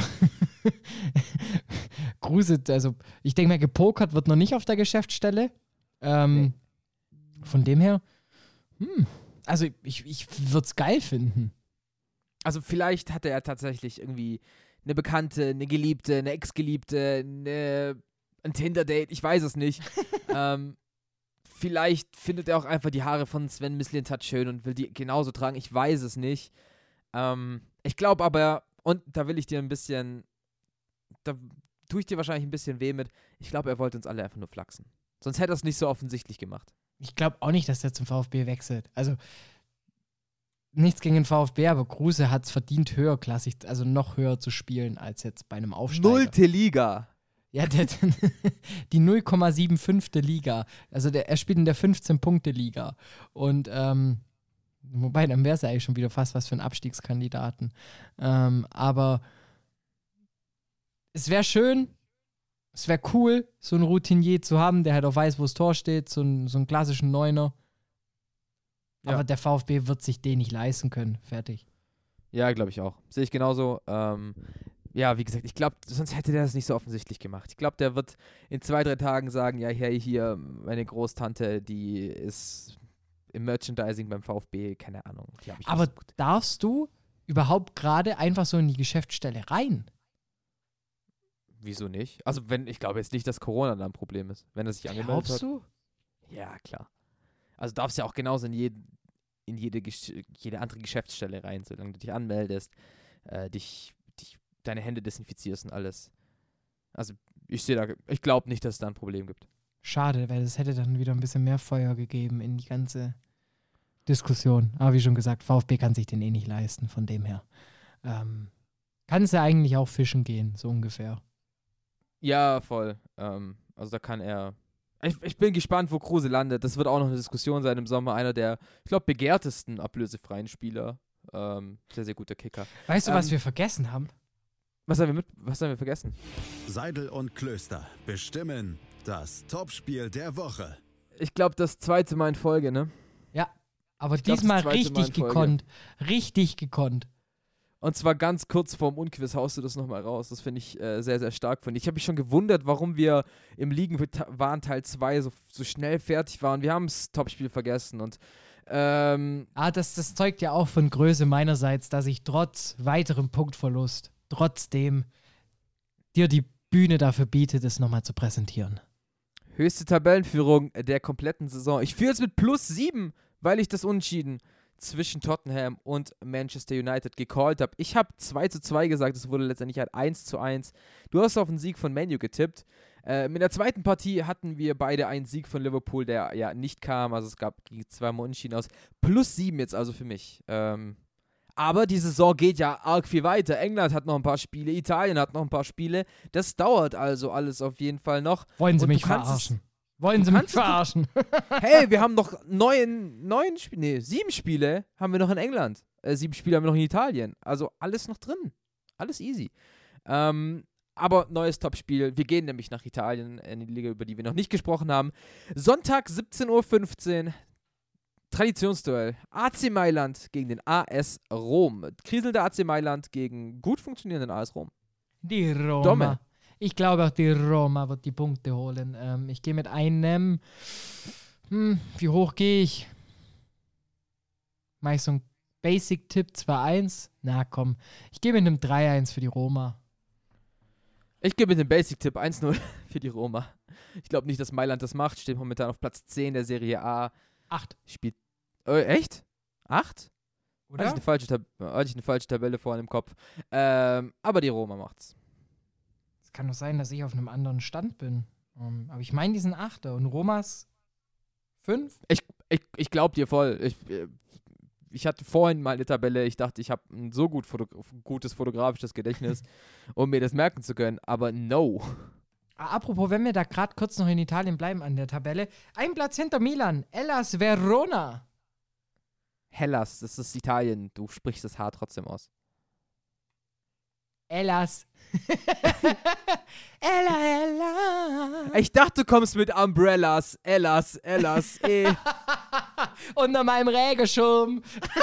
Kruse, also ich denke mal, gepokert wird noch nicht auf der Geschäftsstelle. Nee. Von dem her, also ich würde es geil finden. Also vielleicht hatte er tatsächlich irgendwie eine Bekannte, eine Geliebte, eine Ex-Geliebte, ein Tinder-Date, ich weiß es nicht. Vielleicht findet er auch einfach die Haare von Sven Mislintat schön und will die genauso tragen, ich weiß es nicht. Ich glaube aber, und da will ich dir ein bisschen, da tue ich dir wahrscheinlich ein bisschen weh mit, ich glaube, er wollte uns alle einfach nur flachsen. Sonst hätte er es nicht so offensichtlich gemacht. Ich glaube auch nicht, dass er zum VfB wechselt. Also nichts gegen den VfB, aber Kruse hat es verdient, höherklassig, also noch höher zu spielen als jetzt bei einem Aufsteiger. 0. Liga. Ja, die 0,75. Liga. Also er spielt in der 15-Punkte-Liga. Und wobei, dann wäre es ja eigentlich schon wieder fast was für einen Abstiegskandidaten. Aber es wäre schön, es wäre cool, so einen Routinier zu haben, der halt auch weiß, wo das Tor steht, so einen klassischen Neuner. Ja. Aber der VfB wird sich den nicht leisten können. Fertig. Ja, glaube ich auch. Sehe ich genauso. Ja, wie gesagt, ich glaube, sonst hätte der das nicht so offensichtlich gemacht. Ich glaube, der wird in 2-3 Tagen sagen, ja, hey, hier, meine Großtante, die ist im Merchandising beim VfB, keine Ahnung. Aber darfst du überhaupt gerade einfach so in die Geschäftsstelle rein? Wieso nicht? Also ich glaube jetzt nicht, dass Corona da ein Problem ist, wenn er sich angemeldet hat. Glaubst du? Ja, klar. Also darfst ja auch genauso in jede andere Geschäftsstelle rein, solange du dich anmeldest, deine Hände desinfizierst und alles. Also ich glaube nicht, dass es da ein Problem gibt. Schade, weil das hätte dann wieder ein bisschen mehr Feuer gegeben in die ganze Diskussion. Aber wie schon gesagt, VfB kann sich den eh nicht leisten, von dem her. Kann es ja eigentlich auch fischen gehen, so ungefähr. Ja, voll. Also da kann er... Ich bin gespannt, wo Kruse landet. Das wird auch noch eine Diskussion sein im Sommer. Einer der, ich glaube, begehrtesten ablösefreien Spieler. Sehr, sehr guter Kicker. Weißt du, was wir vergessen haben? Was haben wir vergessen? Seidel und Klöster bestimmen das Topspiel der Woche. Ich glaube, das 2. Mal in Folge, ne? Ja, aber diesmal richtig gekonnt. Richtig gekonnt. Und zwar ganz kurz vorm Unquiz haust du das nochmal raus. Das finde ich sehr, sehr stark von dir. Ich habe mich schon gewundert, warum wir im Ligenwahn Teil 2 so schnell fertig waren. Wir haben das Topspiel vergessen. Und das zeugt ja auch von Größe meinerseits, dass ich trotz weiterem Punktverlust trotzdem dir die Bühne dafür biete, das nochmal zu präsentieren. Höchste Tabellenführung der kompletten Saison. Ich führe jetzt mit +7, weil ich das Unentschieden zwischen Tottenham und Manchester United gecallt habe. Ich habe 2:2 gesagt, es wurde letztendlich halt 1:1. Du hast auf den Sieg von Man U getippt. Mit der zweiten Partie hatten wir beide einen Sieg von Liverpool, der ja nicht kam. Also es gab 2-mal Unentschieden aus. +7 jetzt also für mich. Aber die Saison geht ja arg viel weiter. England hat noch ein paar Spiele, Italien hat noch ein paar Spiele. Das dauert also alles auf jeden Fall noch. Wollen Sie mich verarschen? Wollen Sie mich verarschen? Hey, wir haben noch 7 Spiele haben wir noch in England. 7 Spiele haben wir noch in Italien. Also alles noch drin. Alles easy. Aber neues Topspiel. Wir gehen nämlich nach Italien in die Liga, über die wir noch nicht gesprochen haben. Sonntag 17:15 Uhr. Traditionsduell. AC Mailand gegen den AS Rom. Kriselnder AC Mailand gegen gut funktionierenden AS Rom. Die Roma. Domme. Ich glaube auch, die Roma wird die Punkte holen. Ich gehe mit einem. Wie hoch gehe ich? Mach ich so einen Basic-Tipp 2-1? Na komm. Ich gehe mit einem 3-1 für die Roma. Ich gehe mit dem Basic-Tipp 1-0 für die Roma. Ich glaube nicht, dass Mailand das macht. Steht momentan auf Platz 10 der Serie A. 8. Spielt. Echt? 8? Oder? Hatte ich eine falsche Tabelle vorhin im Kopf. Aber die Roma macht's. Es kann doch sein, dass ich auf einem anderen Stand bin. Aber ich meine, die sind 8. Und Romas 5? Ich glaube dir voll. Ich hatte vorhin mal eine Tabelle. Ich dachte, ich habe ein so gutes fotografisches Gedächtnis, um mir das merken zu können. Aber no. Apropos, wenn wir da gerade kurz noch in Italien bleiben an der Tabelle. Ein Platz hinter Milan. Hellas Verona. Hellas, das ist Italien. Du sprichst das H trotzdem aus. Hellas. Ella. Ich dachte, du kommst mit Umbrellas. Hellas. Unter meinem Regenschirm.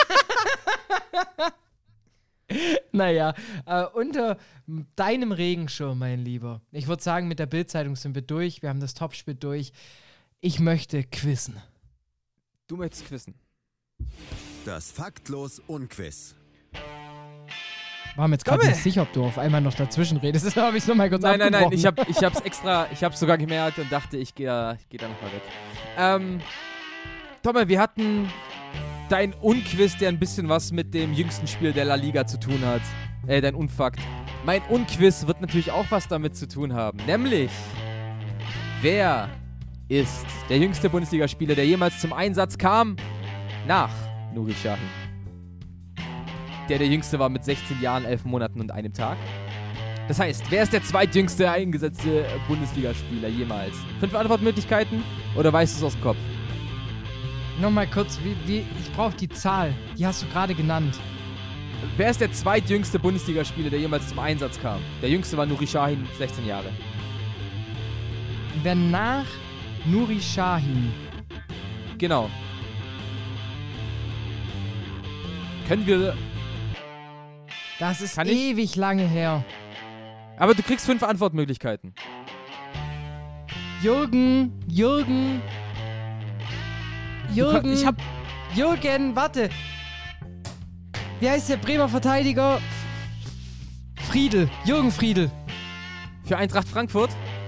Naja, unter deinem Regenschirm, mein Lieber. Ich würde sagen, mit der Bild-Zeitung sind wir durch. Wir haben das Topspiel durch. Ich möchte quizzen. Du möchtest quizzen. Das Faktlos-Unquiz. War mir jetzt gerade nicht sicher, ob du auf einmal noch dazwischen redest. Das habe ich nur mal kurz abgebrochen. Nein, ich hab's sogar gemerkt und dachte, ich geh da nochmal weg. Tomme, wir hatten dein Unquiz, der ein bisschen was mit dem jüngsten Spiel der La Liga zu tun hat. Dein Unfakt. Mein Unquiz wird natürlich auch was damit zu tun haben. Nämlich, wer ist der jüngste Bundesligaspieler, der jemals zum Einsatz kam? Nach Nuri Sahin. Der jüngste war mit 16 Jahren, 11 Monaten und einem Tag. Das heißt, wer ist der zweitjüngste eingesetzte Bundesligaspieler jemals? 5 Antwortmöglichkeiten oder weißt du es aus dem Kopf? Nochmal kurz, ich brauche die Zahl. Die hast du gerade genannt. Wer ist der zweitjüngste Bundesligaspieler, der jemals zum Einsatz kam? Der jüngste war Nuri Sahin, 16 Jahre. Wer nach Nuri Sahin? Genau. Können wir... Das ist ewig lange her. Aber du kriegst 5 Antwortmöglichkeiten. Jürgen. Jürgen, warte. Wie heißt der Bremer Verteidiger? Jürgen Friedl. Für Eintracht Frankfurt?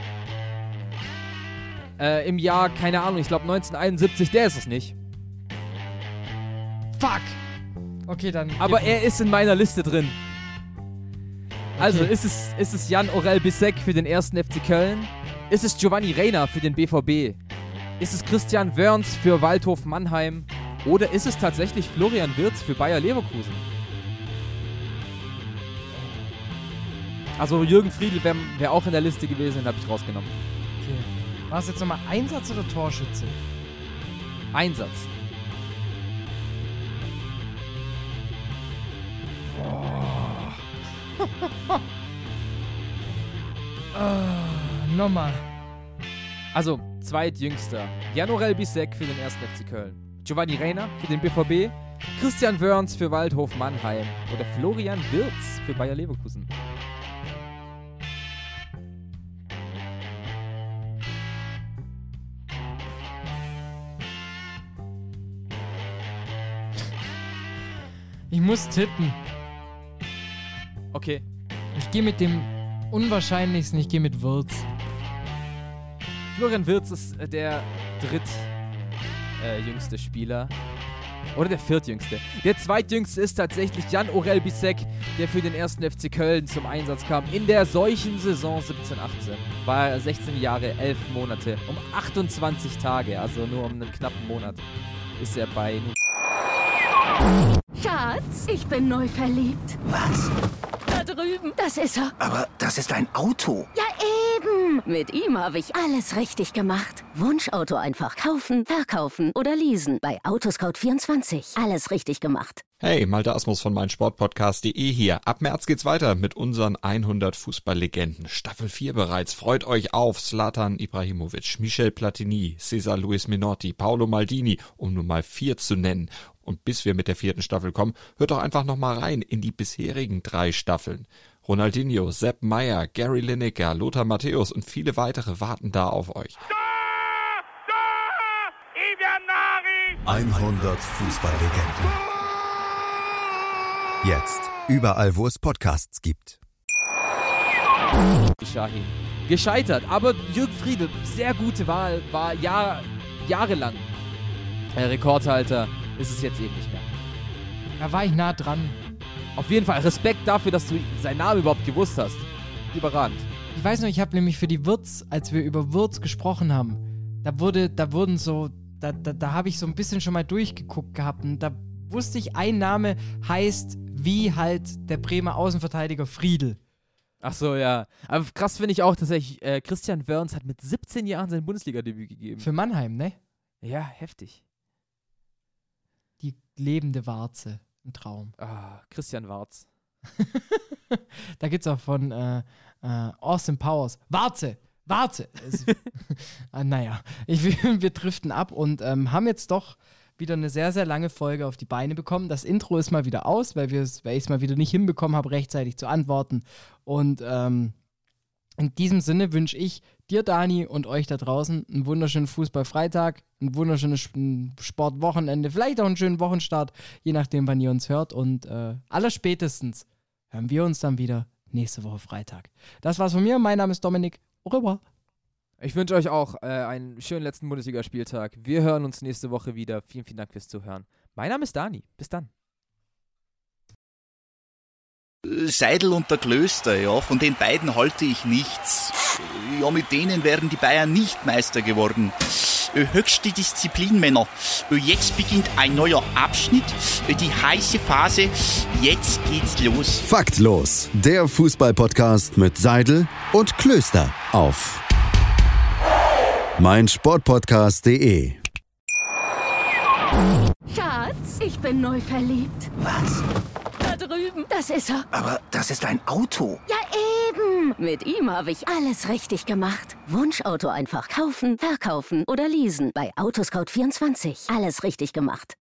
Im Jahr, keine Ahnung, ich glaube 1971, der ist es nicht. Fuck. Okay, dann... Aber er ist in meiner Liste drin. Okay. Also, ist es Jan-Orel Bissek für den 1. FC Köln? Ist es Giovanni Reina für den BVB? Ist es Christian Wörns für Waldhof Mannheim? Oder ist es tatsächlich Florian Wirtz für Bayer Leverkusen? Also Jürgen Friedl wäre auch in der Liste gewesen, den habe ich rausgenommen. Okay. War es jetzt nochmal Einsatz oder Torschütze? Einsatz. Nochmal. Also, zweitjüngster. Jan-Orel Bissek für den 1. FC Köln. Giovanni Reina für den BVB. Christian Wörns für Waldhof Mannheim. Oder Florian Wirtz für Bayer Leverkusen. Ich muss tippen. Okay. Ich gehe mit dem Unwahrscheinlichsten, ich gehe mit Wirtz. Florian Wirtz ist der drittjüngste Spieler. Oder der viertjüngste. Der zweitjüngste ist tatsächlich Jan-Orel Bissek, der für den 1. FC Köln zum Einsatz kam. In der solchen Saison 17-18 war er 16 Jahre, 11 Monate. Um 28 Tage, also nur um einen knappen Monat, ist er bei... Schatz, ich bin neu verliebt. Was? Da drüben. Das ist er. Aber das ist ein Auto. Ja, eben. Mit ihm habe ich alles richtig gemacht. Wunschauto einfach kaufen, verkaufen oder leasen. Bei Autoscout24. Alles richtig gemacht. Hey, Malte Asmus von meinsportpodcast.de hier. Ab März geht's weiter mit unseren 100 Fußballlegenden. Staffel 4 bereits. Freut euch auf Zlatan Ibrahimovic, Michel Platini, Cesar Luis Menotti, Paolo Maldini, um nur mal 4 zu nennen. Und bis wir mit der 4. Staffel kommen, hört doch einfach noch mal rein in die bisherigen 3 Staffeln. Ronaldinho, Sepp Maier, Gary Lineker, Lothar Matthäus und viele weitere warten da auf euch. 100 Fußballlegenden. Jetzt überall, wo es Podcasts gibt. Shahin. Gescheitert, aber Jürgen Friedl, sehr gute Wahl, war jahrelang Rekordhalter, ist es jetzt eben nicht mehr. Da war ich nah dran. Auf jeden Fall Respekt dafür, dass du seinen Namen überhaupt gewusst hast. Überragend. Ich weiß noch, ich habe nämlich für die Würz, als wir über Würz gesprochen haben, da habe ich so ein bisschen schon mal durchgeguckt gehabt und da wusste ich, ein Name heißt wie halt der Bremer Außenverteidiger Friedl. Ach so, ja. Aber krass finde ich auch, dass Christian Wörns hat mit 17 Jahren sein Bundesliga-Debüt gegeben. Für Mannheim, ne? Ja, heftig. Die lebende Warze. Ein Traum. Christian Warz. Da gibt's auch von Austin Powers. Warze! Naja, wir driften ab und haben jetzt doch wieder eine sehr, sehr lange Folge auf die Beine bekommen. Das Intro ist mal wieder aus, weil ich es mal wieder nicht hinbekommen habe, rechtzeitig zu antworten. Und in diesem Sinne wünsche ich dir, Dani, und euch da draußen einen wunderschönen Fußballfreitag, ein wunderschönes Sportwochenende, vielleicht auch einen schönen Wochenstart, je nachdem, wann ihr uns hört. Und allerspätestens hören wir uns dann wieder nächste Woche Freitag. Das war's von mir. Mein Name ist Dominik. Au revoir. Ich wünsche euch auch einen schönen letzten Bundesligaspieltag. Wir hören uns nächste Woche wieder. Vielen, vielen Dank fürs Zuhören. Mein Name ist Dani. Bis dann. Seidel und der Klöster, ja, von den beiden halte ich nichts. Ja, mit denen wären die Bayern nicht Meister geworden. Höchste Disziplin, Männer. Jetzt beginnt ein neuer Abschnitt. Die heiße Phase. Jetzt geht's los. Faktlos. Der Fußballpodcast mit Seidel und Klöster auf meinsportpodcast.de. Schatz, ich bin neu verliebt. Was? Da drüben. Das ist er. Aber das ist ein Auto. Ja, eben. Mit ihm habe ich alles richtig gemacht. Wunschauto einfach kaufen, verkaufen oder leasen. Bei Autoscout24. Alles richtig gemacht.